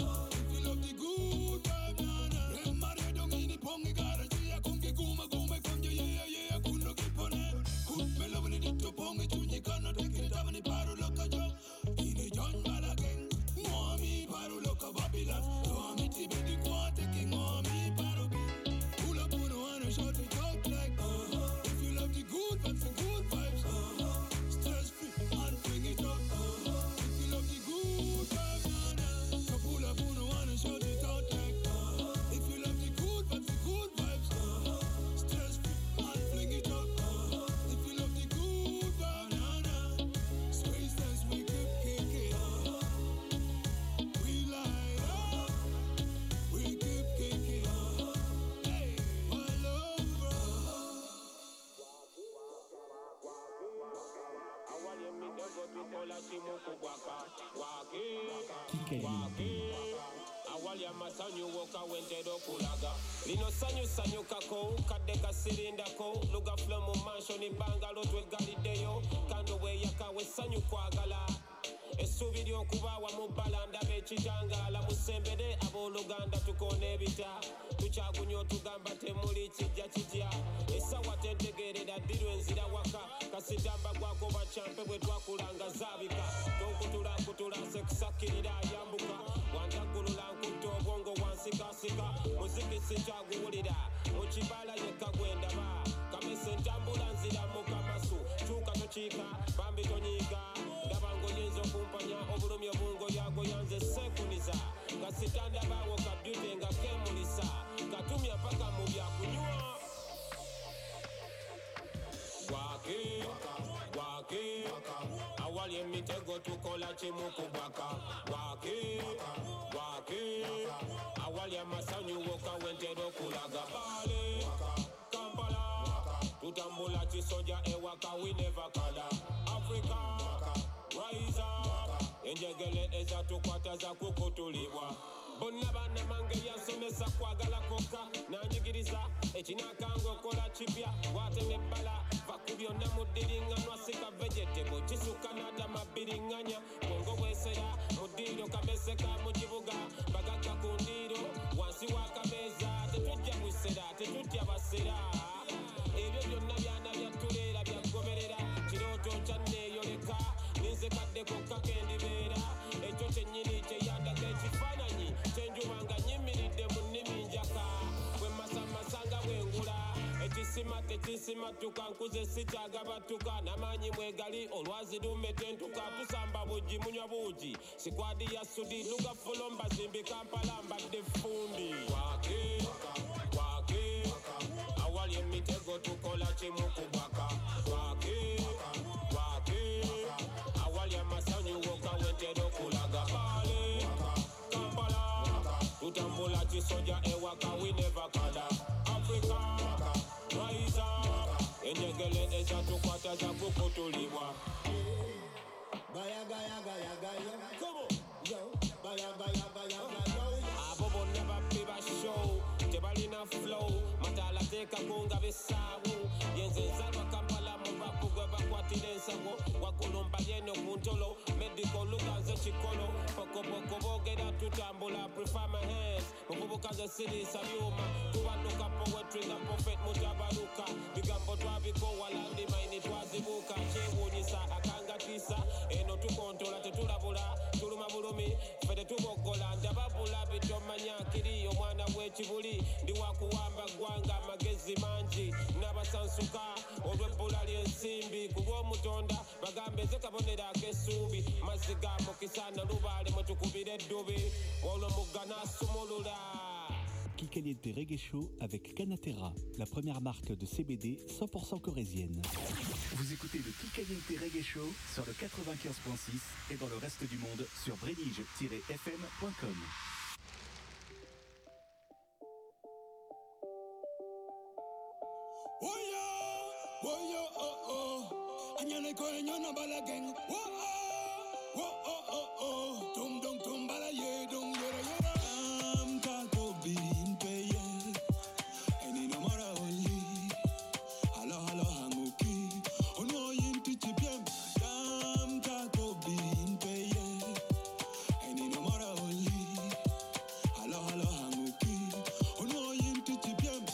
If you love the good vibe, nah nah. Remare domini pongi garanti a conchi kuma come quando yeah yeah kunno che pone. Kut me lo veni ditto pongi chuni kanno take it tamani paro lokajo. Ini John Malagen. Mommy paro loka Babylon. Mommy tibe di kwa taking mommy paro. Pull up on the one and shout it out like. If you love the good, that's the good vibes. Stress free and bring it up. If you love the good vibe, nah nah. So pull up on the one and shout it out like. If you love the good, that's the good vibes. Stress free and bring it up. If you love the good vibe, nah nah. Space dance, we keep kicking. We light up. We keep kicking. Hey, my love, bro. Awali amasanyu woka wente do kulaga Lino sanyu sanyu kako Kadeka sirinda ko Luga flamu mansion ibanga Lotwe Galileo Kando we yaka we sanyu kwa gala Esubiri okubawa mu balanda b'ekijangala musembere abooluganda tukone bita tukyagunyo tugamba temuli kijja kitya esawa tentegerera ddirwa enzira waka kasitamba gwako bacampe bwe twakulanga zaabika tonkutulakutula sekusakirira ayambuka wantagulula nkutta obwongo wansikasika muziki sikyaguwulira mu kibala yekka gwendaba kamese ntambula nzira mu kamasu kyuka tokiika bambi tonyiiga ndaba ngoyinza okumpanya obulumi obungo yago yanze sekuniza kasitanda bawo kabyute nga kemulisa katumya paka mu byakunywa wake wake awali emitego tukola chimukubwaka waki waki awali amasanyu woka wentero kulaga bale Kampala tutambula chisoja ewaka we never kada Africa rise up enjegele eza tukwata za kukutulibwa bonna bana mange yasomesa kwagala koka nanyigiriza ekinakanga okola kipya wateme ebbala vakubyonna muddiriŋŋanwa sika vegetable kisuka nata mabiriŋŋanya bongo bwesera muddiro kameseka mu kibuga bagagga ku ndiro wansi w'akameeza tetujja busera tetutya basera ebyo byonna byana byattuleera byagoberera kirooto kyanneeyoleka ninze kadde kokka kendibeera ekyo kyennyini kyeyandaga ekifaananyi kyenjuba nga nnyimiridde mu nnimi njaka bwe masamasanga bwengula ekisima tekisimatuka nkuze sikyagabatuka n'amaanyi mwegali olwazi lume tentuka tusamba bugi munywa bugi sikwadi ya sudi lugafulo mbazimbi kampala mbadde fundi wake wake awali emitego tukola kimu kubwaka wake wake awali amasanyu woka wentero kulaga bale Kampala tutambula kisoja ewaka we never kada Africa rise up enjegele eza tukwata za kukutulibwa Baya gaya gaya gaya Come on yo Baya baya baya gaya abo bonna babbiba show tebalina flow matala teeka kunga bisaawu yenze nzalwa Kampala mu bapu gwe bakwatira ensawo wakulumba yeno ku ntolo medical luganze kikolo pokopoko boogera tutambula prefer my hands muvubuka ze sirisa byuma tubanuka poetry nga prophet mutabaruka bigambo twabikowa landi maini twazibuka kyewuunyisa akangatisa eno tukontola tetulabula tuluma bulumi ffe tetubogola ndababula bitomanya kiri omwana w'ekibuli ndi wakuwamba gwanga amagezi mangi n'abasansuka olw'ebbula ly'ensimbi ku lw'omutonda bagambe ze kabonera ak'essuubi mazzi ga mukisa na lubaale mwe tukubira eddubi olwo mugga n'asumulula. Kikaliente Reggae Show avec Canatera, la première marque de C B D cent pour cent corésienne. Vous écoutez le Kikaliente Reggae Show sur le quatre-vingt-quinze point six et dans le reste du monde sur brenige tiret f m point com. Oh yeah, oh yeah, oh oh. Anyane ko enyona balageng. Oh oh, oh oh oh oh. Tum dum tum balaye dum yera yera. Am ta ko bin peye. Eni no mara oli. Halo halo hanguki. Ono yinti tipiem. Am ta ko bin peye. Eni no mara oli. Halo halo hanguki. Ono yinti tipiem.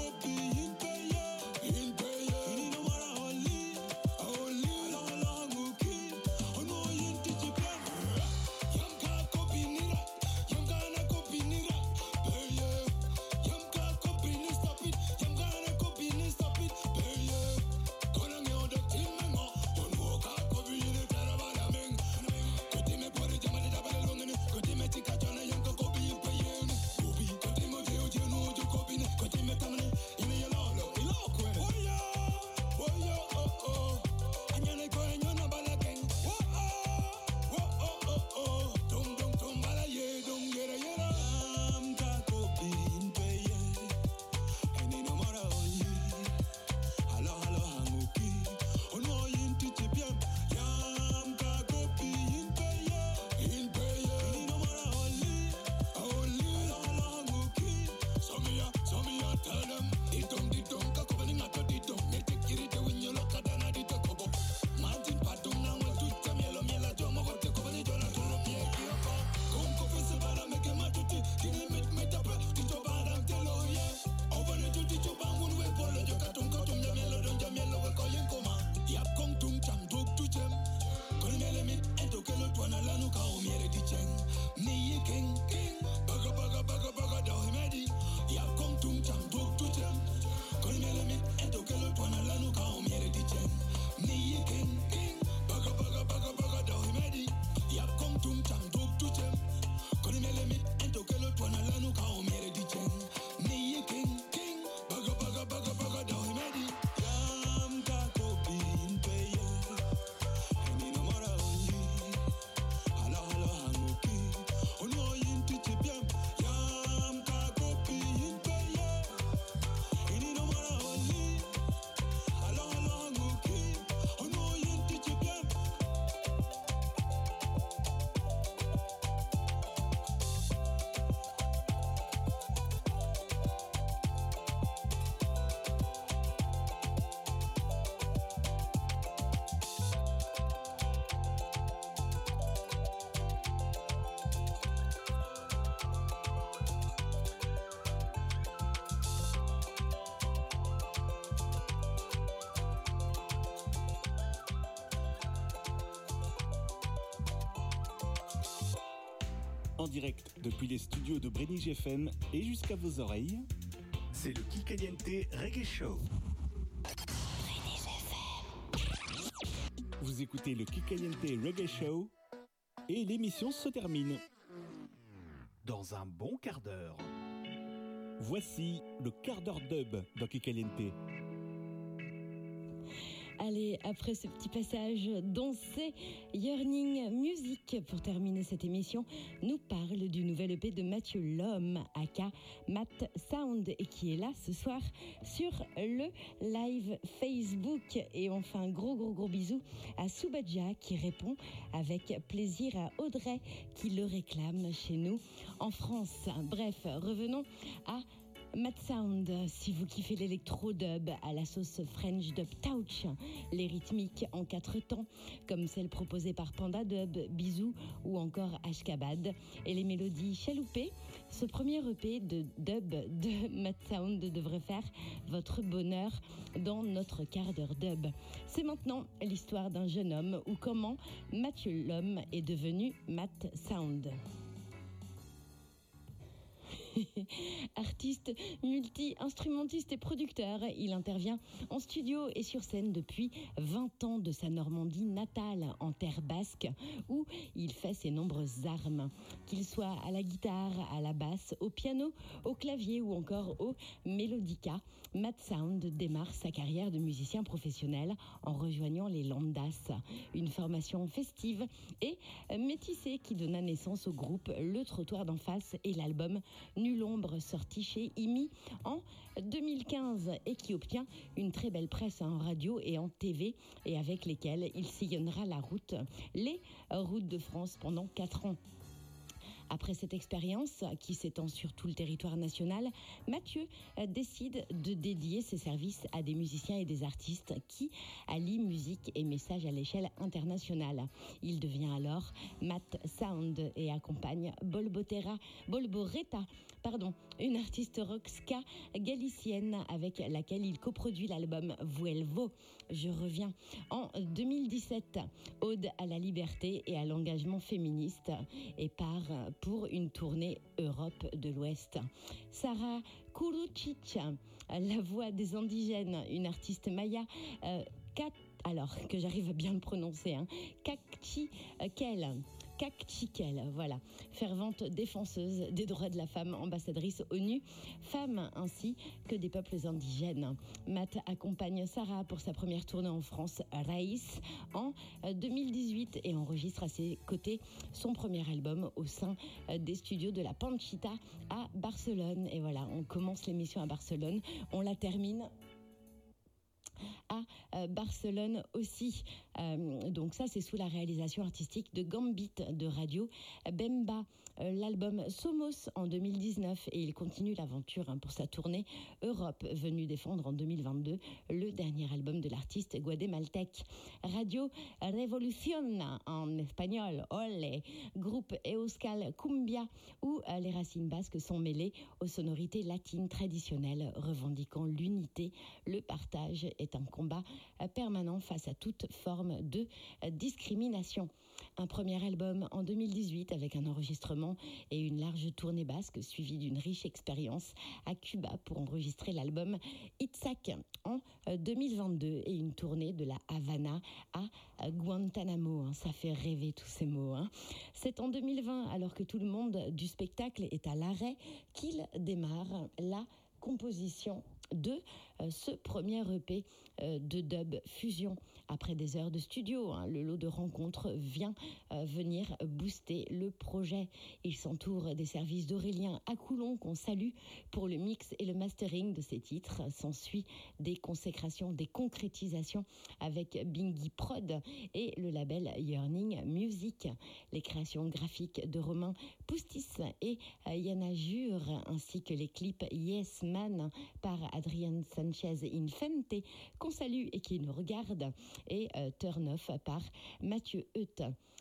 Halo halo hanguki. En direct depuis les studios de Brenige F M et jusqu'à vos oreilles, c'est le Kikaliente Reggae Show. Vous écoutez le Kikaliente Reggae Show et l'émission se termine dans un bon quart d'heure. Voici le quart d'heure dub dans Kikaliente. Allez, après ce petit passage dansé, Yearning Music, pour terminer cette émission, nous parle du nouvel E P de Mathieu Lhomme, aka Matt Sound, et qui est là ce soir sur le live Facebook. Et on fait un gros, gros, gros bisou à Soubadja qui répond avec plaisir à Audrey qui le réclame chez nous en France. Bref, revenons à Matt Sound, si vous kiffez l'électro-dub à la sauce French Dub Touch, les rythmiques en quatre temps, comme celle proposée par Panda Dub, Bisou ou encore Ashkabad, et les mélodies chaloupées, ce premier E P de dub de Matt Sound devrait faire votre bonheur dans notre quart d'heure dub. C'est maintenant l'histoire d'un jeune homme ou comment Mathieu Lhomme est devenu Matt Sound. Artiste, multi-instrumentiste et producteur, il intervient en studio et sur scène depuis vingt ans de sa Normandie natale, en terre basque, où il fait ses nombreuses armes. Qu'il soit à la guitare, à la basse, au piano, au clavier ou encore au mélodica, Matt Sound démarre sa carrière de musicien professionnel en rejoignant les Landas, une formation festive et métissée qui donna naissance au groupe Le Trottoir d'en face et l'album Nulle ombre, sorti chez I M I en deux mille quinze et qui obtient une très belle presse en radio et en T V et avec lesquels il sillonnera la route, les routes de France pendant quatre ans. Après cette expérience qui s'étend sur tout le territoire national, Mathieu décide de dédier ses services à des musiciens et des artistes qui allient musique et message à l'échelle internationale. Il devient alors Matt Sound et accompagne Bolbotera, Bolboreta, pardon, une artiste rock ska galicienne avec laquelle il coproduit l'album Vuelvo. Je reviens en deux mille dix-sept, ode à la liberté et à l'engagement féministe et part pour une tournée Europe de l'Ouest. Sarah Kurucic, la voix des indigènes, une artiste maya, euh, kat, alors que j'arrive à bien le prononcer, hein, Kakchikel. Kakchikel, voilà, fervente défenseuse des droits de la femme, ambassadrice ONU, femme ainsi que des peuples indigènes. Matt accompagne Sarah pour sa première tournée en France, Raïs, en deux mille dix-huit et enregistre à ses côtés son premier album au sein des studios de la Panchita à Barcelone. Et voilà, on commence l'émission à Barcelone, on la termine à euh, Barcelone aussi. Euh, donc ça, c'est sous la réalisation artistique de Gambit de Radio Bemba. Euh, l'album Somos en deux mille dix-neuf et il continue l'aventure hein, pour sa tournée Europe, venue défendre en deux mille vingt-deux le dernier album de l'artiste guatémaltèque. Radio Revolución en espagnol, olé, groupe Euskal Cumbia, où euh, les racines basques sont mêlées aux sonorités latines traditionnelles, revendiquant l'unité, le partage est un combat permanent face à toute forme de discrimination. Un premier album en deux mille dix-huit avec un enregistrement et une large tournée basque suivie d'une riche expérience à Cuba pour enregistrer l'album Itzak en deux mille vingt-deux et une tournée de la Havana à Guantanamo. Ça fait rêver tous ces mots. Hein. C'est en deux mille vingt, alors que tout le monde du spectacle est à l'arrêt, qu'il démarre la composition de euh, ce premier E P euh, de dub fusion. Après des heures de studio, hein, le lot de rencontres vient euh, venir booster le projet. Il s'entoure des services d'Aurélien Acoulon qu'on salue pour le mix et le mastering de ces titres. S'ensuit des consécrations, des concrétisations avec Bingy Prod et le label Yearning Music. Les créations graphiques de Romain Poustis et euh, Yana Jure, ainsi que les clips Yes Man par Adrian Sanchez Infante, qu'on salue et qui nous regarde, et euh, Turn Off par Mathieu Heut.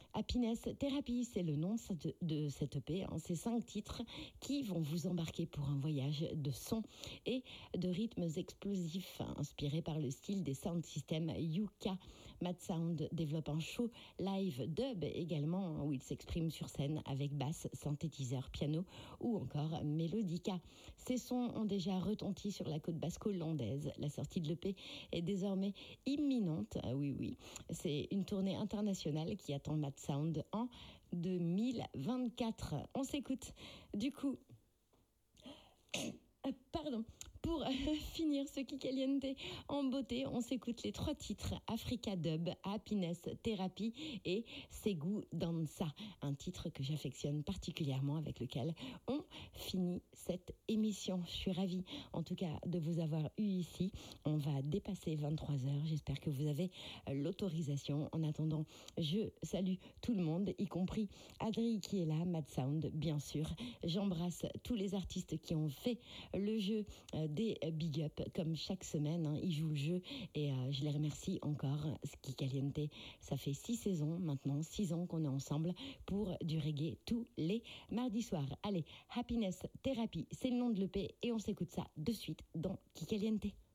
Happiness Therapy, c'est le nom de, de cette E P. Hein. C'est cinq titres qui vont vous embarquer pour un voyage de sons et de rythmes explosifs, hein, inspirés par le style des sound systems Yuka. Mad Sound développe un show live dub également, hein, où il s'exprime sur scène avec basse, synthétiseur, piano ou encore mélodica. Ces sons ont déjà retenti sur la côte basque hollandaise. La sortie de l'E P est désormais imminente. Ah oui, oui. C'est une tournée internationale qui attend Mad Sound en deux mille vingt-quatre. On s'écoute. Du coup, euh, pardon. Pour finir ce Kikaliente en beauté, on s'écoute les trois titres Africa Dub, Happiness Therapy et Segu Dansa, un titre que j'affectionne particulièrement, avec lequel on finit cette émission. Je suis ravie en tout cas de vous avoir eu ici. On va dépasser vingt-trois heures. J'espère que vous avez l'autorisation. En attendant, je salue tout le monde, y compris Adri qui est là, Mad Sound bien sûr. J'embrasse tous les artistes qui ont fait le jeu euh, des big up comme chaque semaine, hein, ils jouent le jeu et euh, je les remercie encore. Kikaliente, ça fait six saisons maintenant, six ans qu'on est ensemble pour du reggae tous les mardis soirs. Allez, Happiness Therapy, c'est le nom de l'E P et on s'écoute ça de suite dans Kikaliente.